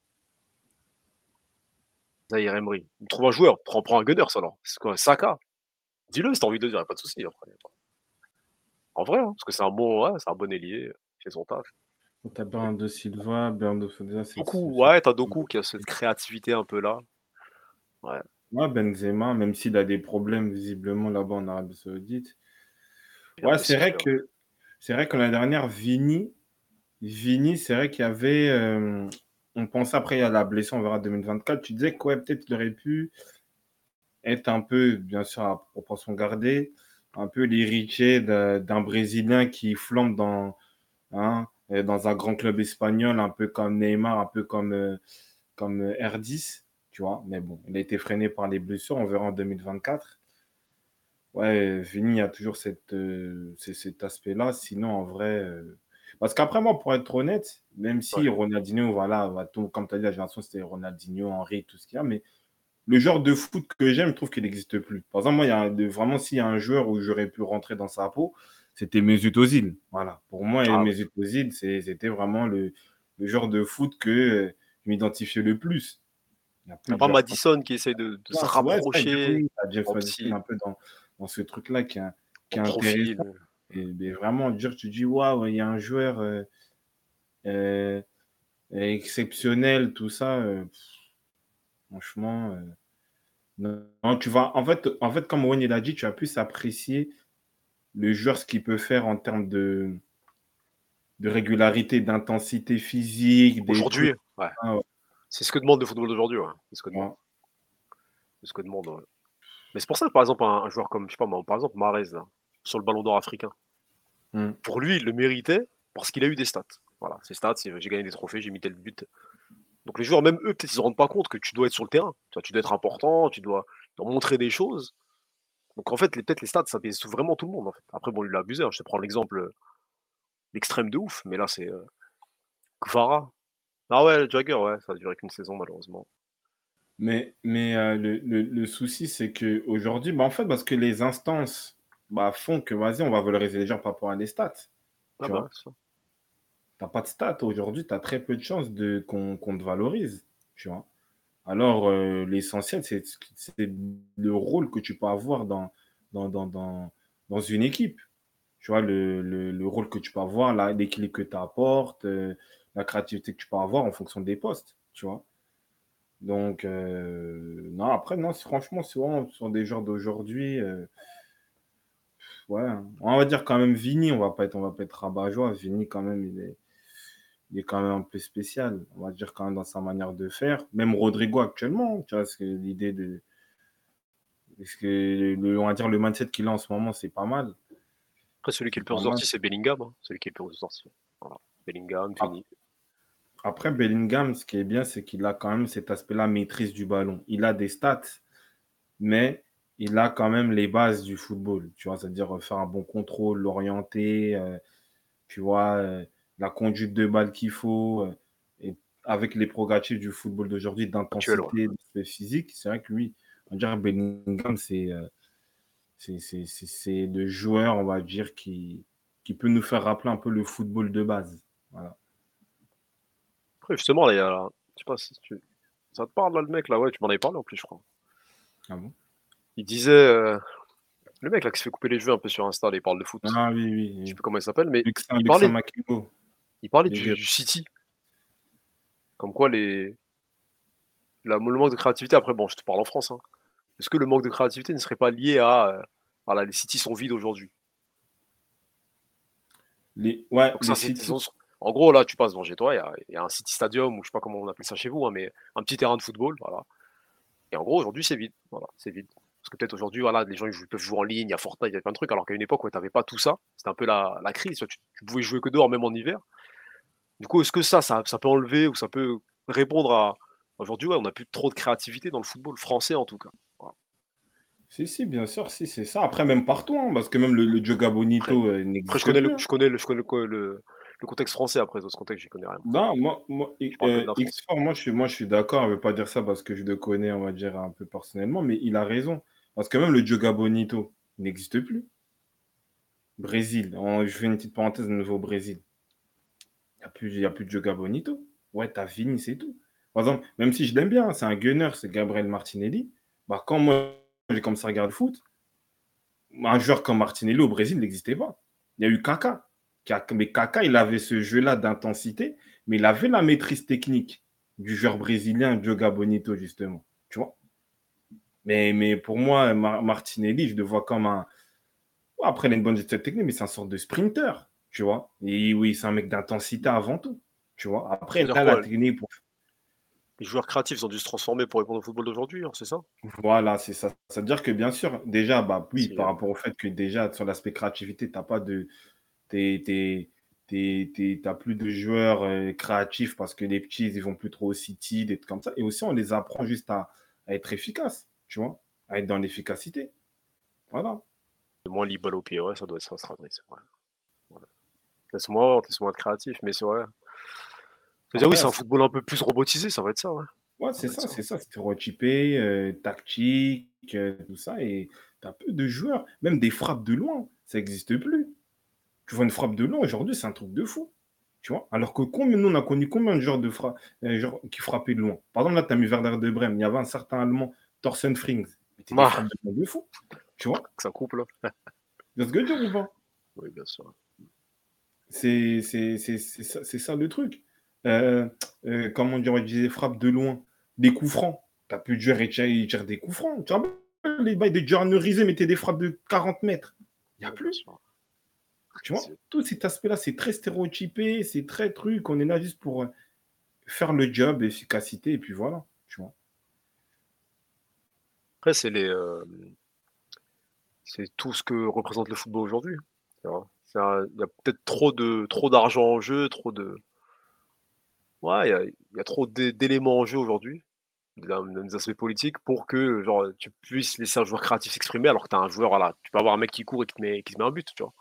Zaire Emery. Il trouve un joueur, prends, prends un gunner, ça alors. C'est quoi, Saka? Dis-le si t'as envie de le dire, y a pas de souci. Après. En vrai, hein, parce que c'est un bon, ouais, c'est un bon ailier, il fait son taf. T'as Bernardo Silva, Bernardo Silva, c'est. Doku, c'est- ouais, t'as Doku qui a cette créativité un peu là. Ouais. Ouais, Benzema, même s'il a des problèmes visiblement là-bas en Arabie Saoudite. Il est un Ouais, peu c'est vrai sifflé, ouais. que c'est vrai que l'année dernière, Vini, Vini, c'est vrai qu'il y avait. euh, on pensait après à la blessure, on verra deux mille vingt-quatre. Tu disais que ouais, peut-être qu'il aurait pu être un peu, bien sûr, à proportion gardée, un peu l'héritier d'un d'un Brésilien qui flambe dans, hein, euh, dans un grand club espagnol, un peu comme Neymar, un peu comme, euh, comme euh, R dix, tu vois. Mais bon, il a été freiné par les blessures, on verra en deux mille vingt-quatre. Ouais, Vini a toujours cette, euh, c'est- cet aspect-là. Sinon, en vrai. euh, Parce qu'après, moi, pour être honnête, même Ouais. si Ronaldinho, voilà, bah, tout- comme tu as dit, la génération, c'était Ronaldinho, Henry, tout ce qu'il y a, mais le genre de foot que j'aime, je trouve qu'il n'existe plus. Par exemple, moi, il y a de- vraiment, s'il y a un joueur où j'aurais pu rentrer dans sa peau, c'était Mesut Ozil. Voilà. Pour moi, Ah oui. Mesut Ozil, c'est- c'était vraiment le, le genre de foot que euh, je m'identifiais le plus. Il n'y a plus T'as de pas joueurs comme Madison qui essaye de, de se ça. C'est ouais, c'est vrai, rapprocher oui, t'as James en Madison petit, un peu dans, dans ce truc-là qui est, qui en est profil. intéressant. Et, mais vraiment, dire, tu dis, waouh, il y a un joueur euh, euh, exceptionnel, tout ça. euh, pff, franchement, euh, non, non, tu vas, en fait, en fait, comme Owen il a dit, tu as pu apprécier le joueur, ce qu'il peut faire en termes de, de régularité, d'intensité physique, des trucs. Aujourd'hui, ouais. Ah, ouais, C'est ce que demande le football d'aujourd'hui, ouais. C'est ce que demande. ouais. C'est ce que demande, ouais. Mais c'est pour ça que, par exemple, un, un joueur comme, je sais pas moi, par exemple, Mahrez, là, sur le ballon d'or africain, Hmm. pour lui, il le méritait parce qu'il a eu des stats. Voilà, ses stats, c'est j'ai gagné des trophées, j'ai mis tel but. Donc les joueurs, même eux, peut-être ils se rendent pas compte que tu dois être sur le terrain. Tu vois, tu dois être important, tu dois, tu dois montrer des choses. Donc en fait, les- peut-être les stats, ça baisse vraiment tout le monde. En fait. Après, bon, il a abusé. Hein. Je te prends l'exemple, euh, l'extrême de ouf, mais là, c'est euh, Kvara. Ah ouais, le Jagger, ouais, ça a duré qu'une saison, malheureusement. Mais, mais euh, le, le, le souci, c'est qu'aujourd'hui, bah, en fait, parce que les instances bah, font que, vas-y, on va valoriser les gens par rapport à des stats. Ah Tu bah, vois, c'est ça. t'as pas de stats aujourd'hui, tu as très peu de chances de, qu'on, qu'on te valorise. Tu vois. Alors, euh, l'essentiel, c'est, c'est le rôle que tu peux avoir dans, dans, dans, dans, dans une équipe. Tu vois, le, le, le rôle que tu peux avoir, la- l'équilibre que tu apportes, euh, la créativité que tu peux avoir en fonction des postes. Tu vois. Donc, euh, non, après, non, c'est- franchement, c'est vraiment sur des joueurs d'aujourd'hui. euh, ouais, hein. On va dire quand même Vini, on va pas être, on va pas être rabat-joie. Vini, quand même, il est, il est quand même un peu spécial. On va dire quand même dans sa manière de faire. Même Rodrigo actuellement, tu vois, parce que l'idée de. Parce que le, on va dire le mindset qu'il a en ce moment, c'est pas mal. Après, celui qui est C'est le plus pas mal. ressorti, c'est Bellingham. Hein. Celui qui est le plus ressorti. Voilà. Bellingham, Ap- Vini. Après, Bellingham, ce qui est bien, c'est qu'il a quand même cet aspect-là, maîtrise du ballon. Il a des stats, mais il a quand même les bases du football, tu vois, c'est-à-dire euh, faire un bon contrôle, l'orienter, euh, tu vois, euh, la conduite de balle qu'il faut, euh, et avec les prérogatives du football d'aujourd'hui, Actuel, ouais. d'intensité, de physique, c'est vrai que lui, on dirait Bellingham, c'est euh, c'est c'est- c'est- c'est le joueur, on va dire, qui, qui peut nous faire rappeler un peu le football de base. Voilà. Après, justement, là, il y a. Je sais pas si tu. Ça te parle, là, le mec, là, ouais, tu m'en avais parlé en plus, je crois. Ah bon? Il disait. euh, Le mec, là, qui se fait couper les cheveux un peu sur Insta, là, il parle de foot. Ah oui, oui, Je sais oui. plus comment il s'appelle, mais Luxin, il Luxin parlait, Makengo, il parlait les du, gars. du City. Comme quoi, les. La, le manque de créativité, après, bon, je te parle en France. Hein. Est-ce que le manque de créativité ne serait pas lié à. euh, Voilà, les City sont vides aujourd'hui. Les, ouais, Donc les ça, c'est City. disons, en gros, là, tu passes devant chez toi, il y a, il y a un City Stadium, ou je sais pas comment on appelle ça chez vous, hein, mais un petit terrain de football, voilà. Et en gros, aujourd'hui, c'est vide. Voilà, c'est vide. Parce que peut-être aujourd'hui, voilà, les gens ils jouent- peuvent jouer en ligne, il y a Fortnite, il y a plein de trucs, alors qu'à une époque, ouais, t'avais pas tout ça. C'était un peu la, la crise. Tu, tu pouvais jouer que dehors, même en hiver. Du coup, est-ce que ça, ça, ça peut enlever ou ça peut répondre à. Aujourd'hui, ouais, on n'a plus trop de créativité dans le football français, en tout cas. Voilà. Si, si, bien sûr, si, c'est ça. Après, même partout, hein, parce que même le, le Joga Après, Bonito euh, après je n'existe connais le, plus, hein. je connais le, je connais le, le, le contexte français après, dans ce contexte, j'y connais rien. Non, moi, moi, Je parle que de euh, la France. X-Fort, moi, je suis, moi, je suis d'accord. Je ne veux pas dire ça parce que je le connais, on va dire, un peu personnellement, mais il a raison. Parce que même le Joga Bonito il n'existe plus. Brésil, on- je fais une petite parenthèse de nouveau au Brésil. Il n'y a plus, il y a plus de Joga Bonito. Ouais, t'as fini, c'est tout. Par exemple, même si je l'aime bien, hein, c'est un gunner, c'est Gabriel Martinelli. Bah, quand moi, j'ai commencé à regarder le foot, un joueur comme Martinelli au Brésil n'existait pas. Il y a eu Kaka. Mais Kaka, il avait ce jeu-là d'intensité, mais il avait la maîtrise technique du joueur brésilien Diogo Bonito, justement. Tu vois. Mais, mais pour moi, Mar- Martinelli, je le vois comme un. Après, il a une bonne gestion technique, mais c'est un sorte de sprinter. Tu vois. Et oui, c'est un mec d'intensité avant tout. Tu vois. Après, C'est-à-dire là, la quoi? technique pour. Les joueurs créatifs ont dû se transformer pour répondre au football d'aujourd'hui, hein, c'est ça? Voilà, c'est ça. C'est-à-dire que bien sûr, déjà, bah oui, C'est, par euh, rapport au fait que déjà, sur l'aspect créativité, tu n'as pas de. T'es, t'es, t'es, t'es- t'as plus de joueurs euh, créatifs parce que les petits, ils vont plus trop au City, des trucs comme ça. Et aussi, on les apprend juste à, à être efficaces, tu vois, à être dans l'efficacité. Voilà. moins libre balle au pied, ouais, ça doit être ça, ça c'est vrai. Voilà. Laisse-moi, laisse-moi être créatif, mais c'est vrai. C'est-à-dire, oui, Après, c'est un c'est- football un peu plus robotisé, ça va être ça, ouais. ouais, Ça c'est va être ça, ça. c'est ça, stéréotypé, euh, tactique, euh, tout ça. Et t'as peu de joueurs, même des frappes de loin, ça n'existe plus. Tu vois une frappe de loin, aujourd'hui, c'est un truc de fou. Tu vois? Alors que combien, nous, on a connu combien de joueurs de fra... euh, genre, qui frappaient de loin? Par exemple, là, tu as mis Werder de Brême. Il y avait un certain Allemand, Thorsten Frings. C'était des Ah, frappes de loin de fou. Tu vois? ça coupe là. Tu vois ce que je veux dire ou pas? Oui, bien sûr. C'est c'est- c'est- c'est ça, c'est ça le truc. Euh, euh, comment dire, on disait frappe de loin. Des coups francs. Tu as pu jouer et ils tirent des coups francs. Tu vois, les bails de John Rizé mettaient des frappes de quarante mètres. Il n'y a Ouais, bien plus. sûr. Tu vois, C'est- tout cet aspect-là, c'est très stéréotypé, c'est très truc. On est là juste pour euh, faire le job, efficacité, et puis voilà. Tu vois. Après, c'est les, euh, c'est tout ce que représente le football aujourd'hui. tu vois. C'est un- Il y a peut-être trop de, trop d'argent en jeu, trop de, ouais, il y a, il y a trop d'é- d'éléments en jeu aujourd'hui, dans dans des aspects politiques, pour que genre tu puisses laisser un joueur créatif s'exprimer, alors que tu as un joueur, voilà, tu peux avoir un mec qui court et qui te met, qui te met un but, tu vois.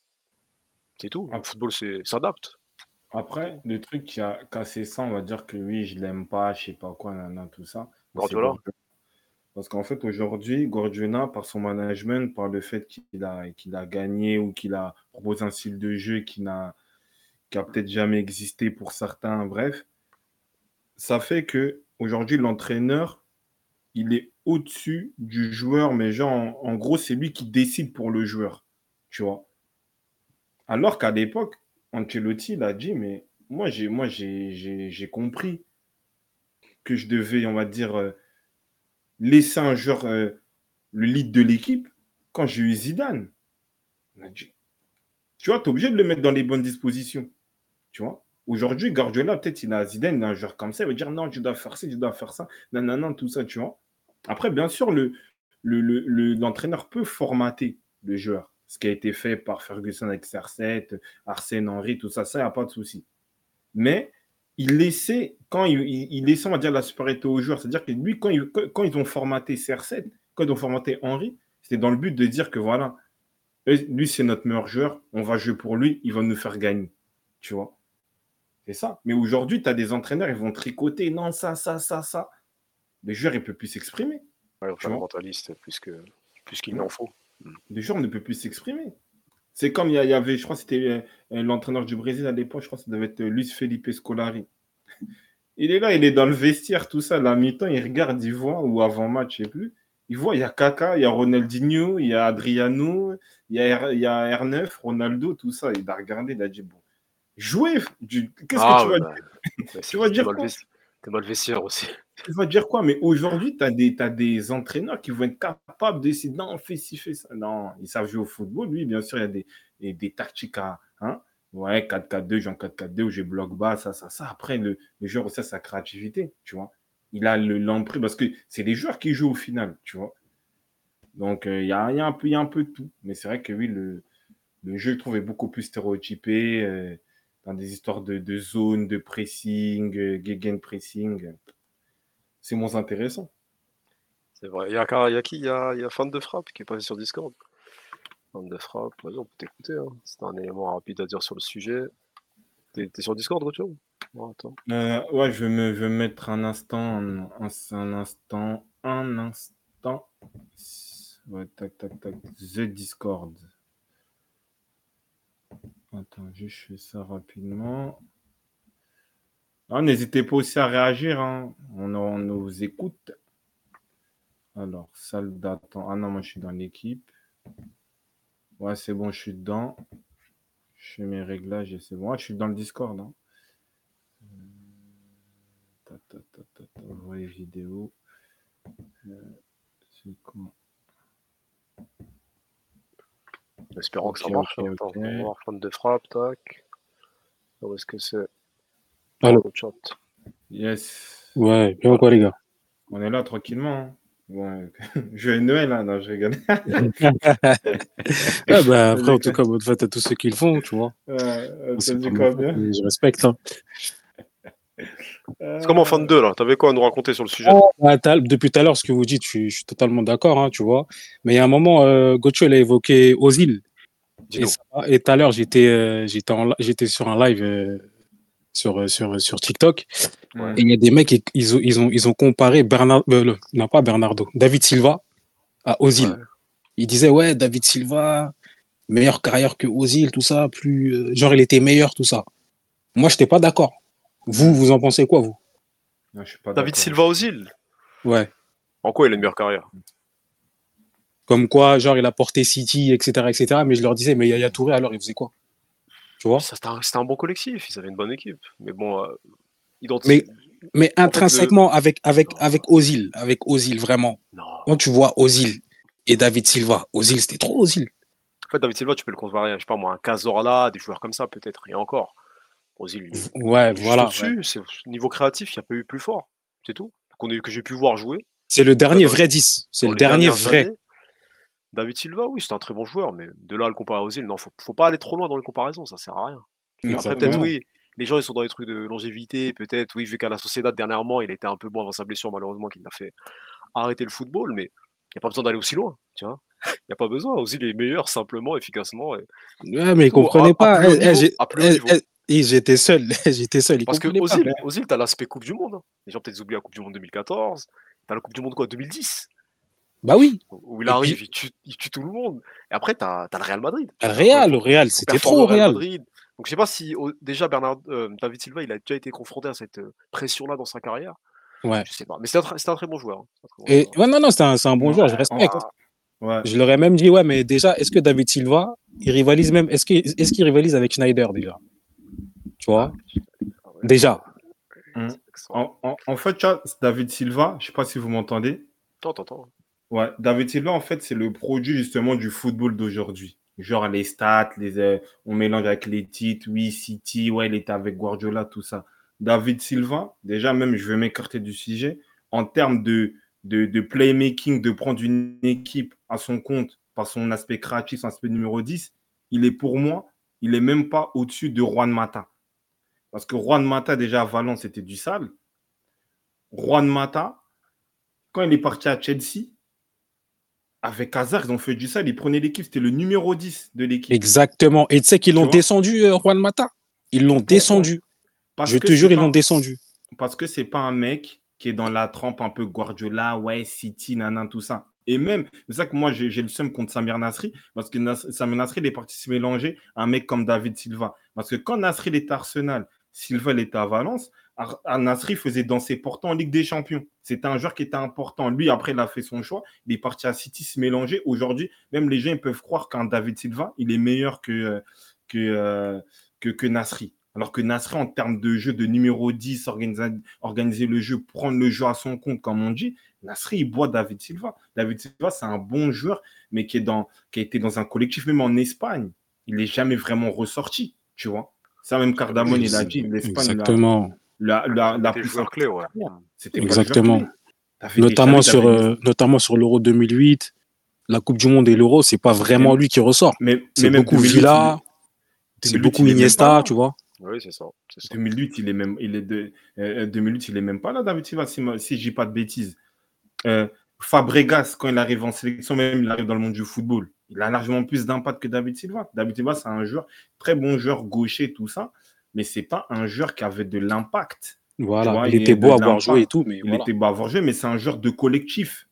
C'est tout. Le Ap- football, c'est s'adapte. Après, le truc qui a cassé ça, on va dire que oui, je l'aime pas, je sais pas quoi, nanana, tout ça, mais c'est Guardiola, Guardiola. Parce qu'en fait, aujourd'hui, Guardiola, par son management, par le fait qu'il a, qu'il a gagné ou qu'il a proposé un style de jeu qui n'a, qui a peut-être jamais existé pour certains, bref, ça fait que aujourd'hui, l'entraîneur, il est au-dessus du joueur, mais genre, en, en gros, c'est lui qui décide pour le joueur, tu vois. Alors qu'à l'époque, Ancelotti, il a dit, mais moi, j'ai, moi, j'ai, j'ai, j'ai compris que je devais, on va dire, euh, laisser un joueur euh, le lead de l'équipe quand j'ai eu Zidane. Il a dit, tu vois, tu es obligé de le mettre dans les bonnes dispositions, tu vois. Aujourd'hui, Guardiola, peut-être il a Zidane, il a un joueur comme ça, il va dire, non, je dois faire ça, je dois faire ça, non, non, non, tout ça, tu vois. Après, bien sûr, le, le, le- le- l'entraîneur peut formater le joueur. Ce qui a été fait par Ferguson avec C R sept, Arsène Henry, tout ça, ça, il n'y a pas de souci. Mais il laissait, quand il, il, il laissait, on va dire, la supériorité aux joueurs, c'est-à-dire que lui, quand, il- quand, quand ils ont formaté C R sept, quand ils ont formaté Henry, c'était dans le but de dire que voilà, lui, c'est notre meilleur joueur, on va jouer pour lui, il va nous faire gagner. Tu vois, c'est ça. Mais aujourd'hui, tu as des entraîneurs, ils vont tricoter, non, ça, ça, ça, ça. Le joueur, il ne peut plus s'exprimer. ouais, Tu enfin, le vois, mentaliste, plus que, plus qu'il ouais. n'en faut. Le joueur ne peut plus s'exprimer. C'est comme il y, a- il y avait, je crois que c'était euh, l'entraîneur du Brésil à l'époque, je crois que ça devait être Luis Felipe Scolari. Il est là, il est dans le vestiaire, tout ça, la mi-temps, il regarde, il voit, ou avant-match, je ne sais plus. Il voit, il y a Kaka, il y a Ronaldinho, il y a Adriano, il y a, R, il y a R neuf, Ronaldo, tout ça. Il a regardé, il a dit, bon, jouez, tu- qu'est-ce que Ah, tu ouais, vas bah, dire? bah, Tu c'est vas t'es dire mal, quoi? vesti- t'es mal vestiaire aussi. Tu vas dire quoi? Mais aujourd'hui, tu as des, t'as des entraîneurs qui vont être capables de décider, non, fais ci, fais ça. Non, ils savent jouer au football. Lui, bien sûr, il y a des, des, des tactiques à, hein? Ouais, quatre quatre deux, j'ai en quatre quatre deux, où j'ai bloc bas, ça, ça, ça. Après, le, le joueur aussi a sa créativité, tu vois. Il a le l'emprise, parce que c'est les joueurs qui jouent au final, tu vois. Donc, euh, il y, a, il y, a un peu- il y a un peu de tout. Mais c'est vrai que oui, le, le jeu, je trouve, est beaucoup plus stéréotypé, euh, dans des histoires de, de zone, de pressing, euh, gegen pressing. C'est moins intéressant. C'est vrai. Il y a, car- il y a qui? Il y a, il y a Fan de Frappe qui est passé sur Discord. Fan de Frappe, vas-y, on peut t'écouter. Hein. C'est un élément rapide à dire sur le sujet. T'es, t'es sur Discord, Retour? Oh, attends. Euh, ouais, je vais me, je vais me mettre un instant, un, un- un instant, un instant. Ouais, tac, tac, tac. The Discord. Attends, juste je fais ça rapidement. Ah, n'hésitez pas aussi à réagir, hein. On, on nous écoute. Alors, salle d'attente. Ah non, moi je suis dans l'équipe. Ouais, c'est bon, je suis dedans. Je fais mes réglages et c'est bon. Ouais, je suis dans le Discord. Hein. Ta, ta, ta, ta, ta. Envoyer vidéo. Euh, c'est quoi? Espérons Ok, que ça marche. ok, Hein. Attends, ok. on va voir Fan de Frappe, tac. Où est-ce que c'est? Allô. Dans le chat. Yes. Ouais, bien quoi, les gars? On est là tranquillement. Hein. Bon, joyeux Noël, hein. Non, je rigole. Ah bah, après, en tout cas, bonne fête à tous ceux qui le font, tu vois. Euh, C'est T'as dit pas quoi mon bien? faute, mais je respecte. Hein. C'est comment Fan deux là? T'avais quoi à nous raconter sur le sujet? Oh, bah, t'as- depuis tout à l'heure, ce que vous dites, je suis, je suis totalement d'accord, hein, tu vois. Mais il y a un moment, euh, Gocho, il a évoqué Ozil. Et Dis-nous. ça- et tout à l'heure, j'étais euh, j'étais en li- j'étais sur un live euh, sur, euh, sur, sur TikTok. Ouais. Et il y a des mecs, ils, ils ont, ils, ont, ils ont comparé Bernard, euh, le- non pas Bernardo, David Silva à Ozil. Ouais. Ils disaient, ouais, David Silva, meilleure carrière que Ozil, tout ça, plus, euh, genre, il était meilleur, tout ça. Moi, je n'étais pas d'accord. Vous, vous en pensez quoi, vous? Non, je suis pas David d'accord. Silva Ozil. Ouais. En quoi il a une meilleure carrière? Comme quoi, genre, il a porté City, et cetera, et cetera. Mais je leur disais, mais Yaya Touré, alors, il faisait quoi? Tu vois? Ça, C'était un, c'était un bon collectif, ils avaient une bonne équipe. Mais bon, euh, identi- Mais, mais en fait, le... intrinsèquement, avec, avec, avec Ozil, avec Ozil, vraiment. Non. Quand tu vois Ozil et David Silva, Ozil, c'était trop Ozil. En fait, David Silva, tu peux le comparer, je sais pas moi, un Cazorla, des joueurs comme ça, peut-être, et encore. Ozil, il est, Ouais, il est voilà. juste au-dessus. C'est niveau créatif, il n'y a pas eu plus fort. C'est tout. Qu'on a eu- que j'ai pu voir jouer. C'est le En tout cas, dernier dans, vrai dix. C'est dans le les dernier dernières vrai. années, David Silva, oui, c'est un très bon joueur, mais de là à le comparer à Ozil, non, faut, faut pas aller trop loin dans les comparaisons, ça sert à rien. Après, peut-être, Exactement. oui, les gens, ils sont dans les trucs de longévité, peut-être, oui, vu qu'à la Sociedad, dernièrement, il était un peu bon avant sa blessure, malheureusement, qu'il a fait arrêter le football, mais il n'y a pas besoin d'aller aussi loin, tu vois. Il n'y a pas besoin. Ozil est meilleur, simplement, efficacement, et Ouais, mais c'est il tout, à, comprenait à pas. plus haut Eh, eh, niveau. j'ai- À plus haut eh, niveau. eh, et j'étais seul. J'étais seul. Il Parce que comprenait pas. Ozil, Ozil, t'as l'aspect Coupe du Monde. hein. Les gens peut-être oublient la Coupe du Monde deux mille quatorze. T'as la Coupe du Monde quoi, deux mille dix, Bah oui. où il Et arrive, puis, il tue, il tue tout le monde. Et après, t'as as le Real Madrid. le Encore une Real, le fois, Real, faut c'était performer trop au au Real Real. Madrid. Donc je sais pas si oh, déjà Bernard, euh, David Silva, il a déjà été confronté à cette euh, pression-là dans sa carrière. Ouais. Je sais pas. Mais c'est un, tr- c'est un très bon joueur. hein. C'est un très bon Et joueur. ouais, non, non, c'est un, c'est un bon Non, joueur, je en- respecte. ouais. Je leur ai même dit, ouais, mais déjà, est-ce que David Silva, il rivalise même, est-ce qu'il est-ce qu'il rivalise avec Schneider déjà? Tu vois? Ah ouais, Déjà. Hum. c'est extraordinaire. En, en- en fait, tu vois, David Silva, je sais pas si vous m'entendez. Attends, attends, attends. Ouais, David Silva, en fait, c'est le produit justement du football d'aujourd'hui. Genre les stats, les, euh, on mélange avec les titres, oui, City, ouais, il était avec Guardiola, tout ça. David Silva, déjà même, je vais m'écarter du sujet, en termes de, de, de playmaking, de prendre une équipe à son compte par son aspect créatif, son aspect numéro dix, il est pour moi, il n'est même pas au-dessus de Juan Mata. Parce que Juan Mata, déjà à Valence, c'était du sale. Juan Mata, quand il est parti à Chelsea, avec Hazard, ils ont fait du sale. Ils prenaient l'équipe. C'était le numéro dix de l'équipe. Exactement. Et tu sais qu'ils Tu l'ont vois descendu, euh, Juan Mata. Ils l'ont Pourquoi descendu. Parce Je que te c'est jure, ils pas l'ont un- descendu. parce que c'est pas un mec qui est dans la trempe un peu Guardiola, ouais, City, nanan, tout ça. Et même, c'est ça que moi, j'ai j'ai le seum contre Samir Nasri, parce que Nas- Samir Nasri, il est parti se mélanger à un mec comme David Silva. Parce que quand Nasri il était à Arsenal, Silva il était à Valence, Ar- Ar- Nasri faisait danser portant en Ligue des Champions. C'était un joueur qui était important. Lui, après, il a fait son choix. Il est parti à City se mélanger. Aujourd'hui, même les gens ils peuvent croire qu'un David Silva, il est meilleur que, euh, que, euh, que, que Nasri. Alors que Nasri, en termes de jeu de numéro dix, organiser, organiser le jeu, prendre le jeu à son compte, comme on dit, Nasri, il boit David Silva. David Silva, c'est un bon joueur, mais qui, est dans, qui a été dans un collectif, même en Espagne. Il n'est jamais vraiment ressorti, tu vois. Ça, même Cardamone, il a dit, l'Espagne, Exactement. la, la, la C'était plus joueur simple. clé, ouais. C'était pas Exactement. le joueur clé. T'avais des Notamment Xavi, sur, t'avais euh, notamment sur l'Euro deux mille huit, la Coupe du Monde et l'Euro, c'est pas vraiment Mais- lui qui ressort. Mais, C'est mais même beaucoup deux mille huit, Villa, il est- c'est deux mille huit, beaucoup il est même pas Iniesta, là. tu vois. Oui, c'est ça. c'est ça. deux mille huit, il est même, il est de, euh, deux mille huit, il est même pas là, David Silva, si, ma- si je dis pas de bêtises. Euh, Fabregas, quand il arrive en sélection, même il arrive dans le monde du football, il a largement plus d'impact que David Silva. David Silva, c'est un joueur, très bon joueur gaucher, tout ça, mais c'est pas un joueur qui avait de l'impact. Tu Voilà. vois, Il il était est beau de à voir l'impact. jouer et tout, mais Il voilà. était beau à voir jouer, mais c'est un joueur de collectif.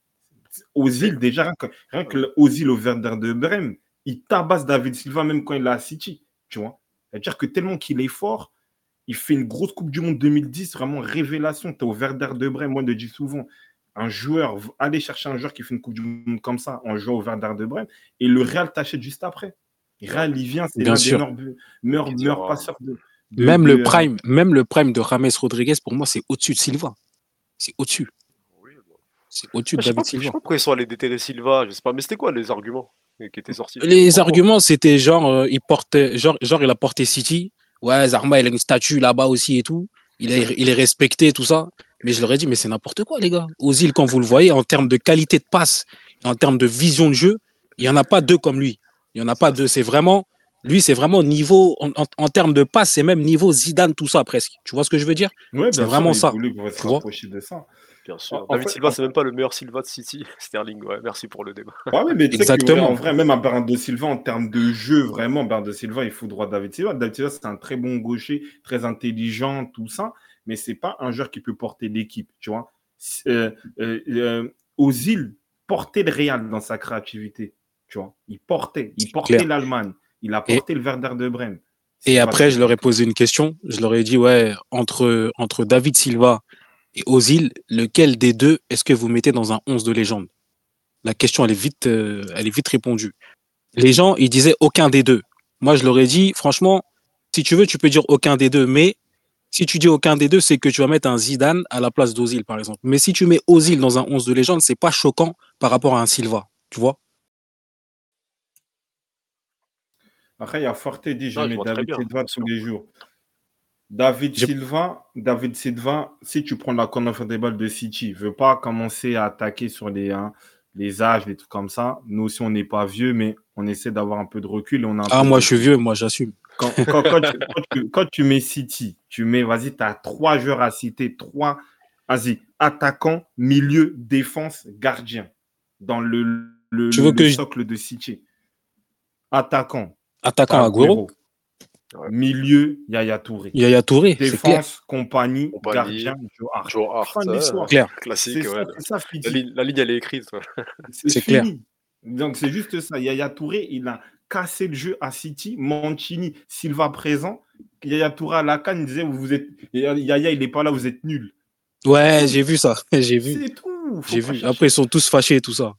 Ozil, déjà, rien que, rien que le Ozil au Werder de Brême, il tabasse David Silva même quand il est à City, tu vois. C'est-à-dire que tellement qu'il est fort, il fait une grosse Coupe du Monde deux mille dix, vraiment révélation. Tu es au Werder de Brême, moi je le dis souvent, un joueur, allez chercher un joueur qui fait une Coupe du Monde comme ça en jouant au Werder de Brême, et le Real t'achète juste après. Et Real, il vient, c'est Bien l'un des sûr. meilleurs, meilleurs, Qui meilleurs dira- passeurs de, de- Même de, le euh, prime, même le prime de James Rodriguez, pour moi, c'est au-dessus de Silva. C'est au-dessus. Oui, bon. C'est au-dessus de Je sais pas, David je sais Silva. pas pourquoi ils sont allés déterrer Silva, je sais pas, mais c'était quoi les arguments qui étaient sortis? Les Pourquoi arguments, c'était genre, euh, il portait, genre, genre, il a porté City. Ouais, Zarma, il a une statue là-bas aussi et tout. Il est, il est respecté, tout ça. Mais je leur ai dit, mais c'est n'importe quoi, les gars. Ozil, quand vous le voyez, en termes de qualité de passe, en termes de vision de jeu, il n'y en a pas deux comme lui. Il n'y en a pas deux. C'est vraiment, lui, c'est vraiment niveau, en, en, en termes de passe, c'est même niveau Zidane, tout ça, presque. Tu vois ce que je veux dire? Ouais, C'est bien vraiment sûr, ça. il voulait qu'on va se Tu vois rapprocher de ça. Bien sûr. En- en David fait- Silva, en- c'est même pas le meilleur Silva de City. Sterling, ouais, merci pour le débat. Ouais, oui, mais tu sais qu'en vrai, Exactement. en vrai, même à Bernardo Silva, en termes de jeu, vraiment, Bernardo Silva, il faut droit David Silva. David Silva, c'est un très bon gaucher, très intelligent, tout ça, mais c'est pas un joueur qui peut porter l'équipe, tu vois. Euh, euh, euh, Ozil portait le Real dans sa créativité. tu vois. Il portait, il portait Clair. l'Allemagne. Il a Et- porté le Werder de Brême. Et C'est après, pas- je leur ai posé une question. Je leur ai dit, ouais, entre, entre David Silva et Ozil, lequel des deux est-ce que vous mettez dans un onze de légende? La question, elle est vite, euh, elle est vite répondue. Les gens, ils disaient aucun des deux. Moi, je leur ai dit, franchement, si tu veux, tu peux dire aucun des deux, mais si tu dis aucun des deux, c'est que tu vas mettre un Zidane à la place d'Ozil, par exemple. Mais si tu mets Ozil dans un onze de légende, c'est pas choquant par rapport à un Silva, tu vois? Après, il y a Forte dit, je Non, je mets vois très David bien. Silva tous les jours. David J'ai- Silva, David Silva, si tu prends la confortable de City, veux pas commencer à attaquer sur les, hein, les âges, les trucs comme ça. Nous aussi, on n'est pas vieux, mais on essaie d'avoir un peu de recul et on a un Ah, peu de moi, je suis recul. vieux, moi, j'assume. Quand, quand, quand tu, quand, tu, quand tu mets City, tu mets, vas-y, tu as trois joueurs à citer, trois, vas-y, attaquant, milieu, défense, gardien, dans le, le, Tu le, veux que le je- socle de City. Attaquant, Attaquant t'as Agüero, Agüero. Milieu, Yaya Touré. Yaya Touré, c'est clair. Défense, compagnie, Compagnie, gardien, Joe Hart. Joe Hart, Fin de ouais, l'histoire. Clair. classique. C'est Ouais. ça, c'est ça, La, Fidi. ligne, la ligne, elle est écrite. Ouais. C'est C'est clair. fini. Donc, c'est juste ça. Yaya Touré, il a cassé le jeu à City. Mancini, Silva présent. Yaya Touré à la canne, il disait, vous êtes... Yaya, il n'est pas là, vous êtes nuls. Ouais, j'ai vu ça. J'ai vu. C'est tout. Faut J'ai pas vu. chercher. Après, ils sont tous fâchés et tout ça.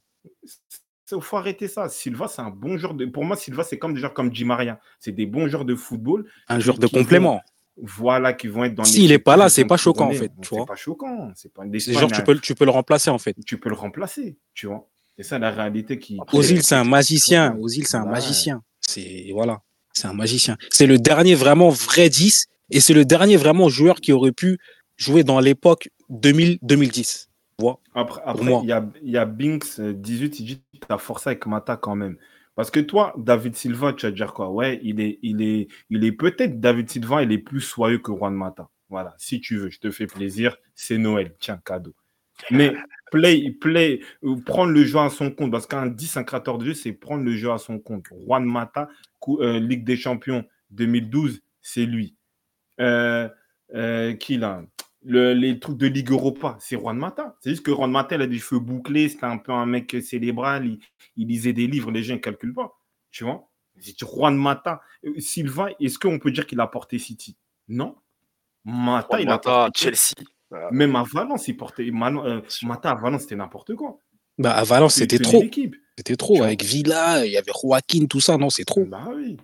Il faut arrêter ça. Silva, c'est un bon joueur de... Pour moi, Silva, c'est comme des joueurs comme Di Maria. C'est des bons joueurs de football. Un qui- joueur de qui vont- complément. Voilà, qui vont être dans S'il est l'équipe pas là, type, c'est ils vont pas choquant, en tourner. fait, tu C'est vois. pas choquant. C'est pas une C'est genre, tu peux, tu peux le remplacer, en fait. tu peux le remplacer, tu vois. C'est ça la réalité qui. Après, Ozil, c'est un magicien. Ouais. Ozil, c'est un Ouais. magicien. C'est, voilà. C'est un magicien. C'est le dernier vraiment vrai dix et c'est le dernier vraiment joueur qui aurait pu jouer dans l'époque deux mille deux mille dix. Tu vois. Après, après, moi. il y a, il y a Binks euh, dix-huit, il dit tu as forcé avec Mata quand même. Parce que toi, David Silva, tu vas dire quoi? Ouais, il est, il est, il est peut-être David Silva, il est plus soyeux que Juan Mata. Voilà, si tu veux, je te fais plaisir, c'est Noël, tiens, cadeau. Mais play, play, euh, prendre le jeu à son compte, parce qu'un dix, un créateur de jeu, c'est prendre le jeu à son compte. Juan Mata, cou- euh, Ligue des Champions deux mille douze, c'est lui. Euh, euh, qui là? Le- les trucs de Ligue Europa, c'est Juan Mata. C'est juste que Juan Mata, il a des cheveux bouclés, c'était un peu un mec cérébral, il, il lisait des livres, les gens ne calculent pas. Tu vois? C'est Juan Mata. Euh, Sylvain, est-ce qu'on peut dire qu'il a porté City? Non. Mata, Juan il a Mata, porté Chelsea. Voilà. même à Valence, il portait. Mano- euh, Mata à Valence, c'était n'importe quoi. Bah, à Valence, Il c'était tenait trop. l'équipe. C'était trop. Tu vois. Avec Villa, il y avait Joaquin, tout ça. Non, c'est trop. Bah oui.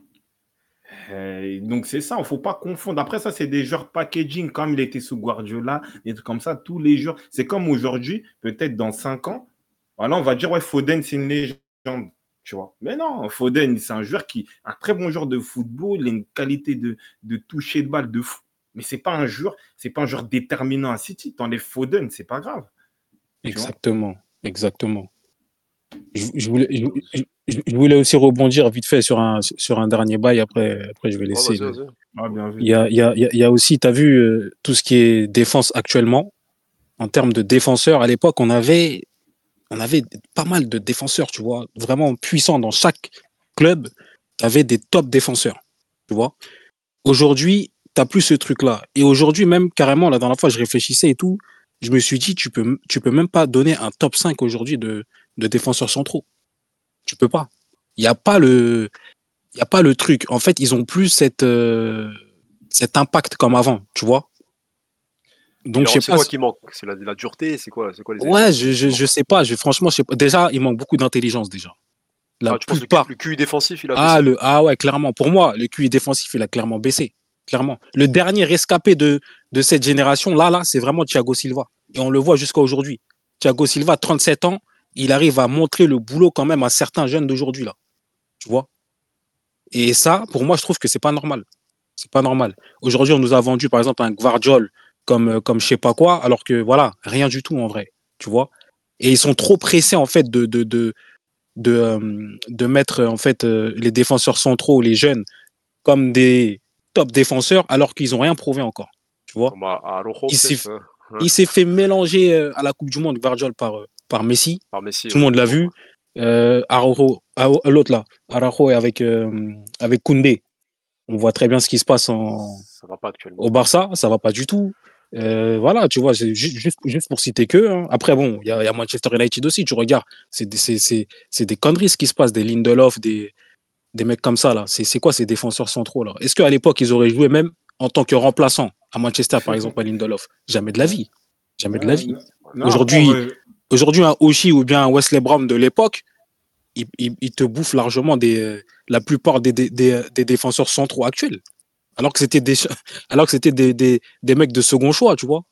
Euh, donc c'est ça, il ne faut pas confondre. Après ça, c'est des joueurs packaging, comme il était sous Guardiola, des trucs comme ça, tous les joueurs. C'est comme aujourd'hui, peut-être dans cinq ans, voilà, on va dire, ouais, Foden, c'est une légende, tu vois. Mais non, Foden, c'est un joueur qui, un très bon joueur de football, il a une qualité de, de toucher de balle de fou. Mais c'est pas un joueur, c'est pas un joueur déterminant à City. T'enlèves Foden, c'est pas grave. Tu vois. Exactement. Exactement. Je, je voulais, je, je- je voulais aussi rebondir vite fait sur un, sur un dernier bail. Après, après je vais Oh, laisser. vas-y, le- vas-y. Ah, bien vu. Il y a, il y a, il y a- il y a aussi, tu as vu euh, tout ce qui est défense actuellement. En termes de défenseurs, à l'époque, on avait, on avait pas mal de défenseurs, tu vois, vraiment puissants dans chaque club. Tu avais des top défenseurs, tu vois. Aujourd'hui, tu n'as plus ce truc-là. Et aujourd'hui, même carrément, la dernière fois, je réfléchissais et tout, je me suis dit, tu peux, tu peux même pas donner un top cinq aujourd'hui de, de défenseurs centraux. Tu peux pas. Il n'y a pas le, il y a pas le truc. En fait, ils ont plus cette, euh, cet impact comme avant, tu vois. Donc, Alors, je sais c'est pas. quoi si- qui manque? C'est la, la dureté? C'est quoi, c'est quoi les Ouais, éléments je, je, je sais pas. Je, franchement, je sais pas. Déjà, il manque beaucoup d'intelligence, déjà. La Ah, tu penses que le, plupart. Q- le Q I défensif, il a Ah, baissé? le, ah ouais, clairement. Pour moi, le Q I défensif, il a clairement baissé. Clairement. Le dernier rescapé de, de cette génération, là, là, c'est vraiment Thiago Silva. Et on le voit jusqu'à aujourd'hui. Thiago Silva, trente-sept ans, il arrive à montrer le boulot quand même à certains jeunes d'aujourd'hui, là. Tu vois? Et ça, pour moi, je trouve que c'est pas normal. C'est pas normal. Aujourd'hui, on nous a vendu, par exemple, un Gvardiol comme, euh, comme je sais pas quoi, alors que voilà, rien du tout en vrai. Tu vois? Et ils sont trop pressés, en fait, de, de, de, de, euh, de mettre, en fait, euh, les défenseurs centraux, les jeunes, comme des top défenseurs, alors qu'ils ont rien prouvé encore. Tu vois? Comme à, à Rojo, Il s'est, peut-être, hein. Ouais. il s'est fait mélanger euh, à la Coupe du Monde, Gvardiol, par, euh, par Messi. Par Messi. Tout le Ouais. monde l'a vu. Euh, Araujo, ah, l'autre là, Araujo est avec, euh, avec Koundé. On voit très bien ce qui se passe en, Ça va pas actuellement. au Barça, ça va pas du tout. Euh, voilà, tu vois, c'est ju- juste, juste pour citer que. Hein. Après, bon, il y, a il y a Manchester United aussi, tu regardes, c'est des, c'est, c'est, c'est des conneries ce qui se passe, des Lindelof, des, des mecs comme ça, là. C'est c'est quoi ces défenseurs centraux, là? Est-ce qu'à l'époque, ils auraient joué même en tant que remplaçant à Manchester, par exemple, à Lindelof? Jamais de la Ouais. vie. Jamais de la Ouais, vie. non, non, après, on Aujourd'hui, va- aujourd'hui, un Oshie ou bien un Wesley Brown de l'époque, il, il- il te bouffe largement des, euh, la plupart des, des, des- des défenseurs centraux actuels. Alors que c'était des, alors que c'était des, des, des mecs de second choix, tu vois.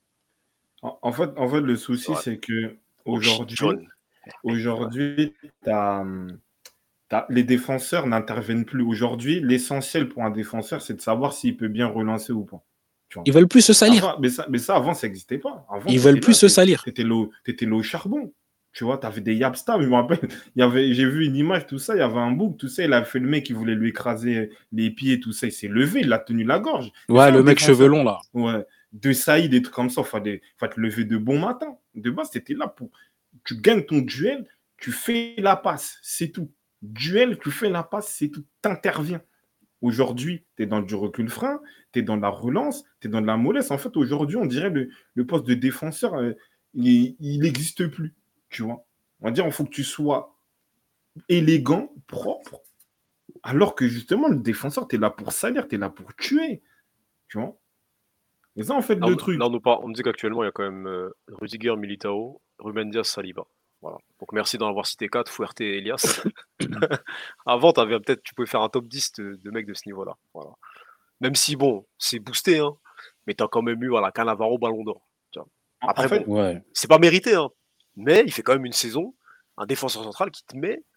en, en fait, en fait, le C'est souci, vrai. c'est que Oshi aujourd'hui, John. aujourd'hui, t'as, hum, t'as- les défenseurs n'interviennent plus. Aujourd'hui, l'essentiel pour un défenseur, c'est de savoir s'il peut bien relancer ou pas. Tu vois. Ils veulent plus se salir. Avant, mais ça, mais ça, avant, ça n'existait pas. Avant, Ils tu veulent étais plus là, se tu salir. étais là, au- t'étais là au charbon. Tu vois, tu avais des Yapsta, je me rappelle. Il y avait, j'ai vu une image, tout ça, il y avait un bouc, tout ça, il a fait le mec qui voulait lui écraser les pieds, tout ça, il s'est levé, il a tenu la gorge. Mais Ouais, ça, un le mec cheveux défenseur, longs, là. ouais, de Saïd, des trucs comme ça, il fallait, fallait te lever de bon matin. De base, c'était là pour. Tu gagnes ton duel, tu fais la passe, c'est tout. Duel, tu fais la passe, c'est tout. T'interviens. Aujourd'hui, tu es dans du recul-frein, tu es dans la relance, tu es dans de la mollesse. En fait, aujourd'hui, on dirait le, le poste de défenseur, euh, il n'existe plus. Tu vois. On va dire, il faut que tu sois élégant, propre, alors que justement, le défenseur, tu es là pour salir, tu es là pour tuer. Tu vois. Et ça, en fait, Là, le on, truc. là, on nous parle- on me dit qu'actuellement, il y a quand même euh, Rudiger, Militao, Ruben Dias, Saliba. Voilà. Donc merci d'en avoir cité quatre, Fuerte et Elias. Avant, t'avais peut-être, tu pouvais faire un top dix de, de mecs de ce niveau-là. Voilà. Même si, bon, c'est boosté, hein, mais t'as quand même eu voilà, Cannavaro, Ballon d'Or. Tu vois. En, en Après, fait, bon, Ouais. c'est pas mérité, hein, mais il fait quand même une saison, un défenseur central qui te met,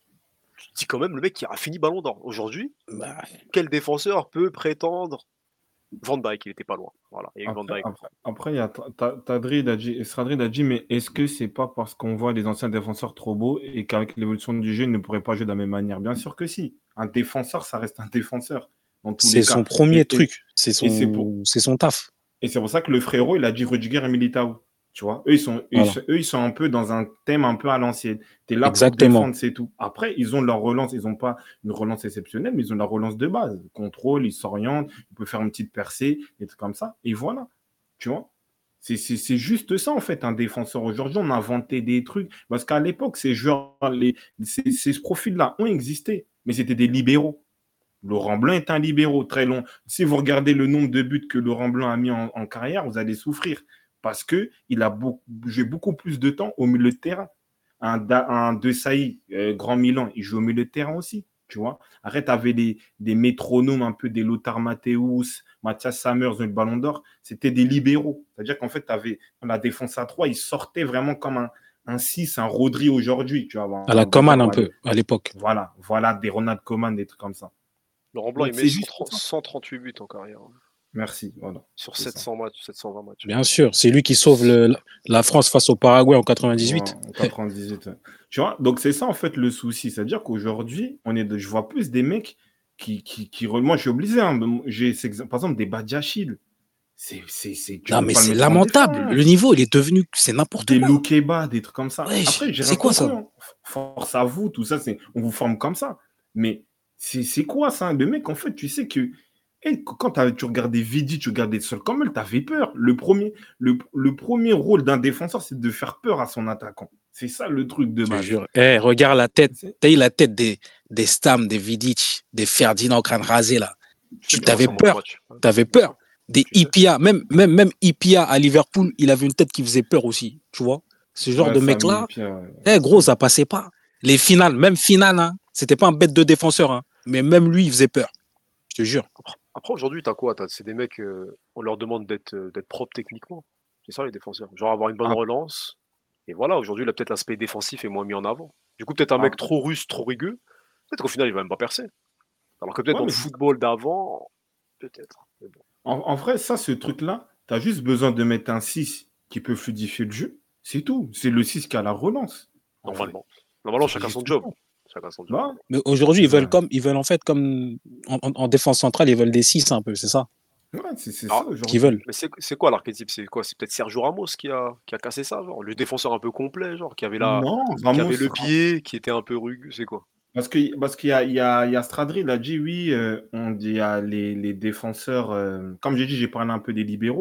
tu te dis quand même le mec qui a fini Ballon d'Or. Aujourd'hui, Bah, quel défenseur peut prétendre Van Dijk, il était pas loin. Voilà, il y a eu Van après, Dijk. après, après, il y a Ta- Ta- Tadri, il a dit, Stradri, il a dit, mais est-ce que c'est pas parce qu'on voit les anciens défenseurs trop beaux et qu'avec l'évolution du jeu, ils ne pourraient pas jouer de la même manière? Bien sûr que si. Un défenseur, ça reste un défenseur, dans tous c'est les son cas. premier Et, et, truc. C'est et c'est pour, son, c'est son taf. et c'est pour ça que le frérot, il a dit Rudiger et Militao. Tu vois, eux ils, sont, eux, ils Voilà. sont- eux, ils sont un peu dans un thème un peu à l'ancienne. Tu es là pour Exactement. défendre, c'est tout. Après, ils ont leur relance. Ils n'ont pas une relance exceptionnelle, mais ils ont la relance de base. Contrôle, ils s'orientent, ils peuvent faire une petite percée, des trucs comme ça. Et voilà. Tu vois, c'est c'est- c'est juste ça, en fait, un défenseur. Aujourd'hui, on a inventé des trucs. Parce qu'à l'époque, ces joueurs, les, ces, ces profils-là ont existé, mais c'était des libéraux. Laurent Blanc est un libéraux très long. Si vous regardez le nombre de buts que Laurent Blanc a mis en, en carrière, vous allez souffrir parce qu'il a beaucoup, joué beaucoup plus de temps au milieu de terrain. Un, Da- un De Sailly, euh, Grand Milan, il joue au milieu de terrain aussi. Tu vois. Arrête, avec des, des métronomes un peu des Lothar Matthäus, Mathias Samers, le Ballon d'Or, c'était des libéraux. C'est-à-dire qu'en fait, tu avais la défense à trois, il sortait vraiment comme un, un six, un Rodri aujourd'hui. Tu vois, À la on va Coman dire, un ouais, peu, à l'époque. voilà, voilà, des Ronald Koeman, des trucs comme ça. Laurent Blanc, il Donc met c'est juste cent trente ça. cent trente-huit buts en carrière. hein. Merci, voilà. Sur C'est ça. sept cents matchs, sept cent vingt matchs. Bien sûr. C'est lui qui sauve le, la France face au Paraguay en Voilà, quatre-vingt-dix-huit. en quatre-vingt-dix-huit. ouais. Tu vois, donc c'est ça en fait le souci. C'est-à-dire qu'aujourd'hui, on est de- je vois plus des mecs qui, qui, qui re- moi je suis obligé, hein, de- j'ai c'est exa- par exemple des Badiachil. C'est, c'est, c'est, tu Non, peux mais pas le c'est mettre en lamentable. Le défense. niveau, il est devenu. C'est n'importe Des quoi. Loukeba, des trucs comme ça. Ouais, Après, j'ai c'est rien quoi contre ça? eux, hein. Force à vous, tout ça, c'est, on vous forme comme ça. Mais c'est, c'est quoi ça? Le mec, en fait, tu sais que hey, quand t'as- tu regardais Vidi, tu regardais Sol Campbell, t'avais peur. Le premier, le, le premier rôle d'un défenseur, c'est de faire peur à son attaquant. C'est ça le truc de Je te base. jure. Eh, regarde la tête. C'est- T'as eu la tête des, des Stam, des Vidic, des Ferdinand crâne rasé, là. Tu t'avais Ensemble au peur. match. Ouais, T'avais bien peur. sûr. Des Tu sais. Ipia, même, même, même Ipia à Liverpool, il avait une tête qui faisait peur aussi. Tu vois? Ce genre Ouais, de Samy mec-là, Pierre, ouais. eh, gros, ça passait pas. Les finales, même finale, hein, c'était pas un bête de défenseur, hein, mais même lui, il faisait peur. Je te jure. Après, après, aujourd'hui, t'as quoi? T'as- C'est des mecs, euh, on leur demande d'être euh, d'être propres techniquement. C'est ça les défenseurs. Genre avoir une bonne Ah, relance. Et voilà, aujourd'hui, là, peut-être l'aspect défensif est moins mis en avant. Du coup, peut-être un ah, mec trop russe, trop rigueux. Peut-être qu'au final, il va même pas percer. Alors que peut-être ouais, dans le mais c'est- football d'avant, peut-être. Mais bon, en, en vrai, ça, ce truc-là, tu as juste besoin de mettre un six qui peut fluidifier le jeu. C'est tout. C'est le six qui a la relance. En vrai. normalement. Normalement, C'est chacun son juste job. ça. Chacun son job. Bah, Mais aujourd'hui, ils veulent ouais. comme, ils veulent en fait comme en, en- en défense centrale, ils veulent des six un peu, c'est ça Ouais, c'est c'est Alors, ça qu'ils aujourd'hui. veulent. mais c'est c'est quoi l'archétype? C'est quoi? C'est peut-être Sergio Ramos qui a, qui a cassé ça, genre le défenseur un peu complet, genre qui avait la, Non, qui Ramos, avait le pied, qui était un peu rugueux. C'est quoi? parce que parce qu'il y a, il y a, il y a Stradri, il a dit oui, euh, on dit à les, les défenseurs, euh, comme j'ai dit, j'ai parlé un peu des libéraux,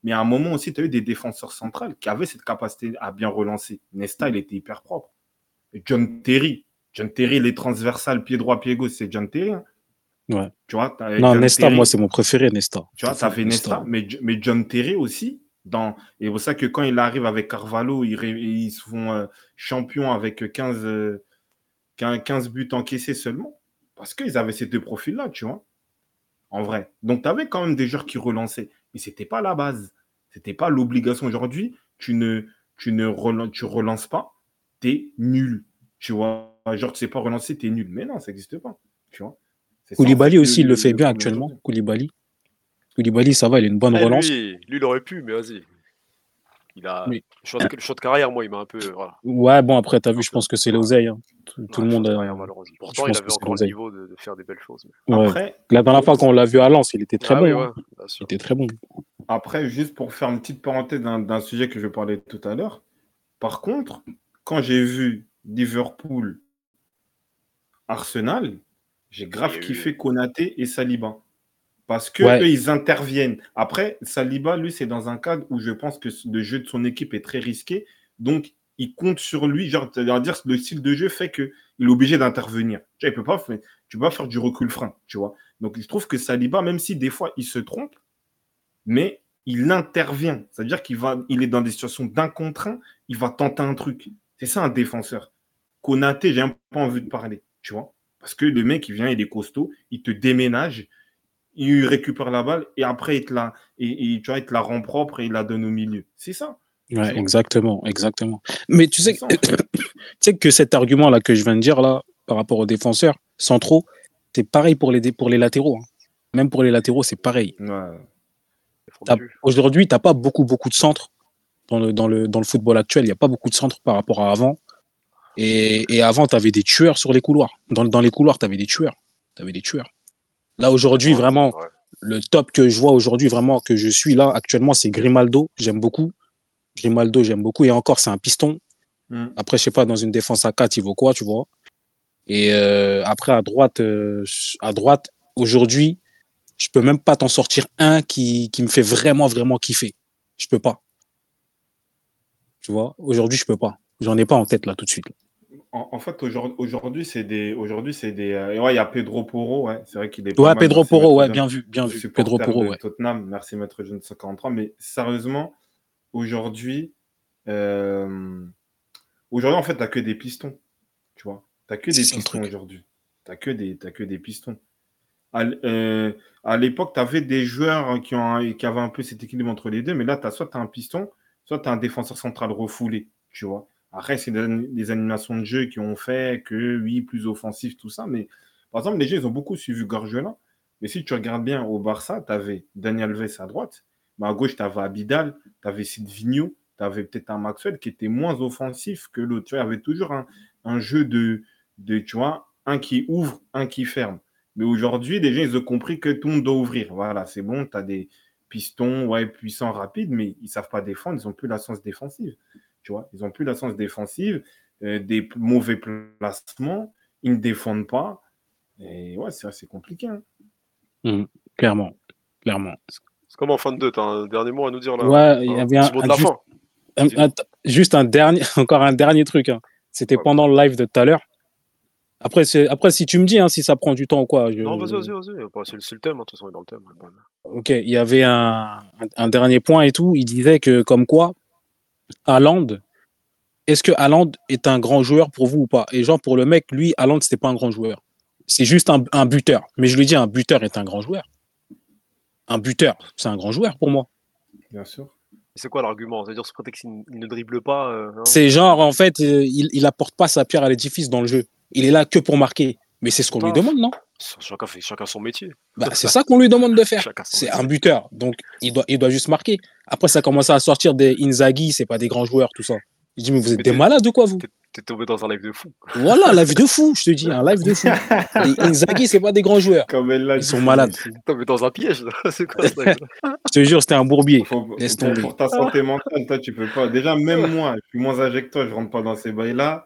Mais à un moment aussi, tu as eu des défenseurs centrales qui avaient cette capacité à bien relancer. Nesta, il était hyper propre. Et John Terry, John Terry, les transversales, pied droit, pied gauche, c'est John Terry. Hein. Ouais. Tu vois, non, John Nesta, Terry, moi, c'est mon préféré, Nesta. tu vois, tu as fait Nesta, mais, mais John Terry aussi. Dans... Et c'est pour ça que quand il arrive avec Carvalho, ils, ré... ils se font euh, champions avec quinze, euh, quinze buts encaissés seulement. Parce qu'ils avaient ces deux profils-là, tu vois. En vrai. Donc, tu avais quand même des joueurs qui relançaient. Mais ce n'était pas la base. Ce n'était pas l'obligation. Aujourd'hui, tu ne, tu ne relan... tu relances pas, tu es nul. Tu vois, genre, tu ne sais pas relancer, tu es nul. Mais non, ça n'existe pas. Tu vois. Koulibaly en fait, aussi, le, il le fait le bien actuellement. Koulibaly. Koulibaly, ça va, il a une bonne eh, relance. Lui, lui, il aurait pu, mais vas-y. Il a oui. le, choix de, le choix de carrière, moi, il m'a un peu. Voilà. Ouais, bon, après, t'as vu, je pense que c'est l'oseille. Hein. Tout, tout ouais, le monde. A... Carrière, malheureusement. Pourtant, il avait encore le niveau de, de faire des belles choses. Mais... Ouais. Après, la dernière fois qu'on l'a vu à Lens, il était très ah, bon. Oui, hein. ouais, il était très bon. Après, juste pour faire une petite parenthèse d'un, d'un sujet que je parlais tout à l'heure. Par contre, quand j'ai vu Liverpool Arsenal, j'ai grave kiffé eu... Konaté et Saliba. Parce que ouais. eux, ils interviennent. Après, Saliba, lui, c'est dans un cadre où je pense que le jeu de son équipe est très risqué. Donc, il compte sur lui. Genre, c'est-à-dire le style de jeu fait qu'il est obligé d'intervenir. Tu vois, il peut pas faire, tu peux pas faire du recul-frein, tu vois. Donc, je trouve que Saliba, même si des fois, il se trompe, mais il intervient. C'est-à-dire qu'il va, il est dans des situations d'un contre un, il va tenter un truc. C'est ça, un défenseur. Konaté, j'ai un peu envie de parler, tu vois. Parce que le mec, il vient, il est costaud, il te déménage, il récupère la balle et après, il te la, et, et, tu vois, il te la rend propre et il la donne au milieu. C'est ça. Ouais, exactement, exactement. Mais tu sais, ça, en fait. tu sais que cet argument-là que je viens de dire, là, par rapport aux défenseurs centraux, c'est pareil pour les, pour les latéraux. Hein. Même pour les latéraux, c'est pareil. Ouais. T'as, aujourd'hui, tu n'as pas beaucoup, beaucoup de centres dans le, dans le, dans le football actuel. Il n'y a pas beaucoup de centres par rapport à avant. Et, et avant, tu avais des tueurs sur les couloirs. Dans, dans les couloirs, tu avais des tueurs. Tu avais des tueurs. Là, aujourd'hui, ouais, vraiment, ouais. le top que je vois aujourd'hui, vraiment, que je suis là, actuellement, c'est Grimaldo. J'aime beaucoup. Grimaldo, j'aime beaucoup. Et encore, c'est un piston. Mm. Après, je sais pas, dans une défense à quatre, il vaut quoi, tu vois. Et euh, après, à droite, euh, à droite, aujourd'hui, je peux même pas t'en sortir un qui, qui me fait vraiment, vraiment kiffer. Je peux pas. Tu vois, aujourd'hui, je peux pas. J'en ai pas en tête, là, tout de suite. En, en fait, aujourd'hui, aujourd'hui, c'est des. Aujourd'hui, c'est des euh, ouais, il y a Pedro Porro, ouais. C'est vrai qu'il est. Ouais, pas Pedro Porro, ouais, bien vu, bien vu. Pedro Porro, ouais. Tottenham, merci, Maître Jeune cent quarante-trois. Mais sérieusement, aujourd'hui, euh, aujourd'hui, en fait, t'as que des pistons. Tu vois, t'as que des c'est pistons aujourd'hui. T'as que des, t'as que des pistons. À, euh, à l'époque, tu avais des joueurs qui, ont, qui avaient un peu cet équilibre entre les deux, mais là, t'as, soit tu as un piston, soit tu as un défenseur central refoulé, tu vois. Après, c'est des, des animations de jeu qui ont fait que, oui, plus offensif, tout ça, mais par exemple, les gens, ils ont beaucoup suivi Guardiola, mais si tu regardes bien au Barça, tu avais Daniel Alves à droite, mais à gauche, tu avais Abidal, tu avais Silvinho, tu avais peut-être un Maxwell qui était moins offensif que l'autre. Tu vois, il y avait toujours un, un jeu de, de, tu vois, un qui ouvre, un qui ferme. Mais aujourd'hui, les gens, ils ont compris que tout le monde doit ouvrir. Voilà, c'est bon, tu as des pistons ouais, puissants, rapides, mais ils ne savent pas défendre, ils n'ont plus la sens défensive. Tu vois, ils n'ont plus la sens défensive, euh, des mauvais placements, ils ne défendent pas. Et ouais, c'est assez compliqué. Hein. Mmh, clairement, clairement. C'est comme en fin de deux, tu as un dernier mot à nous dire là. Ouais, il y avait un, un, un, juste, un, un, juste un dernier, encore un dernier truc. Hein. C'était ouais, pendant le live de tout à l'heure. Après, c'est, après, si tu me dis hein, si ça prend du temps ou quoi. Je... Non, vas-y, vas-y, vas-y. C'est, c'est le thème, de toute façon, on est dans le thème. Ok, il y avait un, un, un dernier point et tout. Il disait que, comme quoi, Haaland, est-ce que Haaland est un grand joueur pour vous ou pas? Et genre, pour le mec, lui, Haaland, c'était pas un grand joueur. C'est juste un, un buteur. Mais je lui dis, un buteur est un grand joueur. Un buteur, c'est un grand joueur pour moi. Bien sûr. C'est quoi l'argument? C'est-à-dire, ce prétexte qu'il ne dribble pas euh, hein c'est genre, en fait, euh, il, il apporte pas sa pierre à l'édifice dans le jeu. Il est là que pour marquer. Mais c'est ce qu'on Paf. lui demande, non? Chacun fait chacun son métier. Bah, c'est ça qu'on lui demande de faire. C'est métier. Un buteur. Donc, il doit, il doit juste marquer. Après, ça commence à sortir des Inzaghi, c'est pas des grands joueurs, tout ça. Je dis, mais vous êtes mais des malades ou quoi, vous? T'es, t'es tombé dans un live de fou. Voilà, un live de fou, je te dis, un live de fou. Les Inzaghi, c'est pas des grands joueurs. Comme elle l'a Ils sont malades. T'es tombé dans un piège, là. C'est quoi ça? Je te jure, c'était un bourbier. Faut, Laisse pour, pour ta santé mentale, toi, tu peux pas. Déjà, même moi, je suis moins âgé que toi, je rentre pas dans ces bails-là.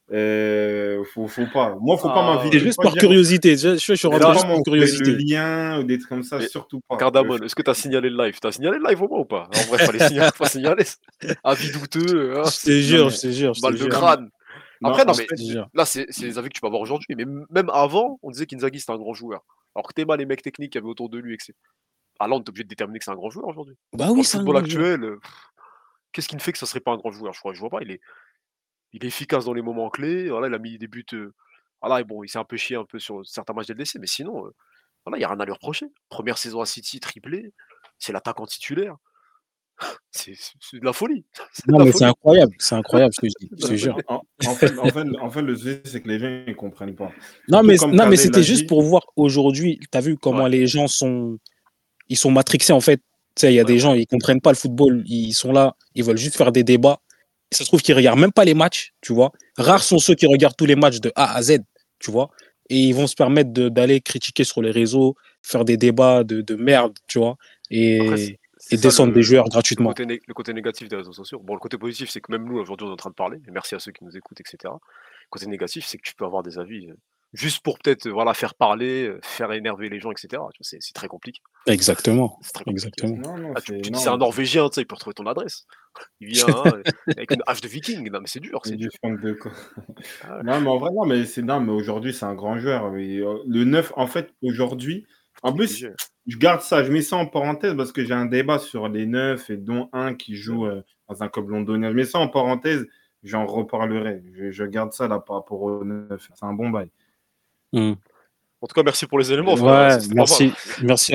Euh, faut, faut pas. Moi, faut pas Ah, m'inviter. C'est juste Faut par dire- curiosité. Je, je, je suis faut rentré pas juste par m'envoyer le curiosité. lien ou des trucs comme ça, Mais surtout pas. Cardamone, est-ce que tu as signalé le live? Tu as signalé le live au moins ou pas? En vrai, fallait signaler, faut signaler. Avis douteux, hein, Je te jure, je te jure, je te mal de jure. crâne. Non, Après, non, en mais fait, Je te jure. là, c'est c'est les avis que tu peux avoir aujourd'hui. Mais m- même avant, on disait qu'Inzaghi, c'était un grand joueur. Alors que Théma, les mecs techniques qu'il y avait autour de lui, et cetera. Ah là, on est obligé de déterminer que c'est un grand joueur aujourd'hui. Bah Dans oui, le c'est un football grand joueur. actuel, euh, pff, qu'est-ce qui ne fait que ça serait pas un grand joueur? Je crois, je vois pas. Il est, il est efficace dans les moments clés. Voilà, il a mis des buts. euh, Voilà, et bon, il s'est un peu chié un peu sur certains matchs dès le décès, mais sinon, euh, voilà, il n'y a rien à lui reprocher. Première saison à City, triplé. C'est l'attaquant titulaire. C'est c'est- c'est de la folie. C'est de Non, la mais c'est folie. incroyable. C'est incroyable ce que je dis. Je te en, jure. en- en fait, en, fait, en fait, le souci, c'est que les gens ne comprennent pas. Non, Surtout mais, comme non, mais Kader c'était l'a juste dit. pour voir aujourd'hui. Tu as vu comment Ouais. les gens sont. Ils sont matrixés en fait. Tu sais, il y a Ouais, des gens, ouais. ils comprennent pas le football. Ils sont là. Ils veulent juste faire des débats. Ça se trouve qu'ils regardent même pas les matchs. Tu vois. Rares sont ceux qui regardent tous les matchs de A à Z. Tu vois. Et ils vont se permettre de- d'aller critiquer sur les réseaux, faire des débats de, de merde. Tu vois. Après, c'est Et, c'est et ça descendre des le, joueurs le gratuitement. côté né- le côté négatif des réseaux sociaux. Bon, le côté positif, c'est que même nous, aujourd'hui, on est en train de parler. Et merci à ceux qui nous écoutent, et cetera. Le côté négatif, c'est que tu peux avoir des avis euh, juste pour peut-être euh, voilà, faire parler, euh, faire énerver les gens, et cetera. Tu vois, C'est c'est très compliqué. Exactement. C'est très compliqué. Exactement. Non, non, Ah, tu, c'est. tu dis Non, c'est un mais Norvégien, tu sais, il peut retrouver ton adresse. Il vient hein, avec une hache de viking. Non, mais c'est dur, c'est c'est du dur. fond de quoi. Ah ouais, Non, mais en vrai, non, mais c'est non, mais aujourd'hui, c'est un grand joueur. Et, euh, le neuf, en fait, aujourd'hui, faut en pas plus, négliger. je garde ça, je mets ça en parenthèse parce que j'ai un débat sur les neufs et dont un qui joue euh, dans un club londonien. Je mets ça en parenthèse, j'en reparlerai. Je, je garde ça là par rapport au neuf. C'est un bon bail. Hmm. En tout cas, merci pour les éléments, frère. Ouais, C'était pas mal. merci. Merci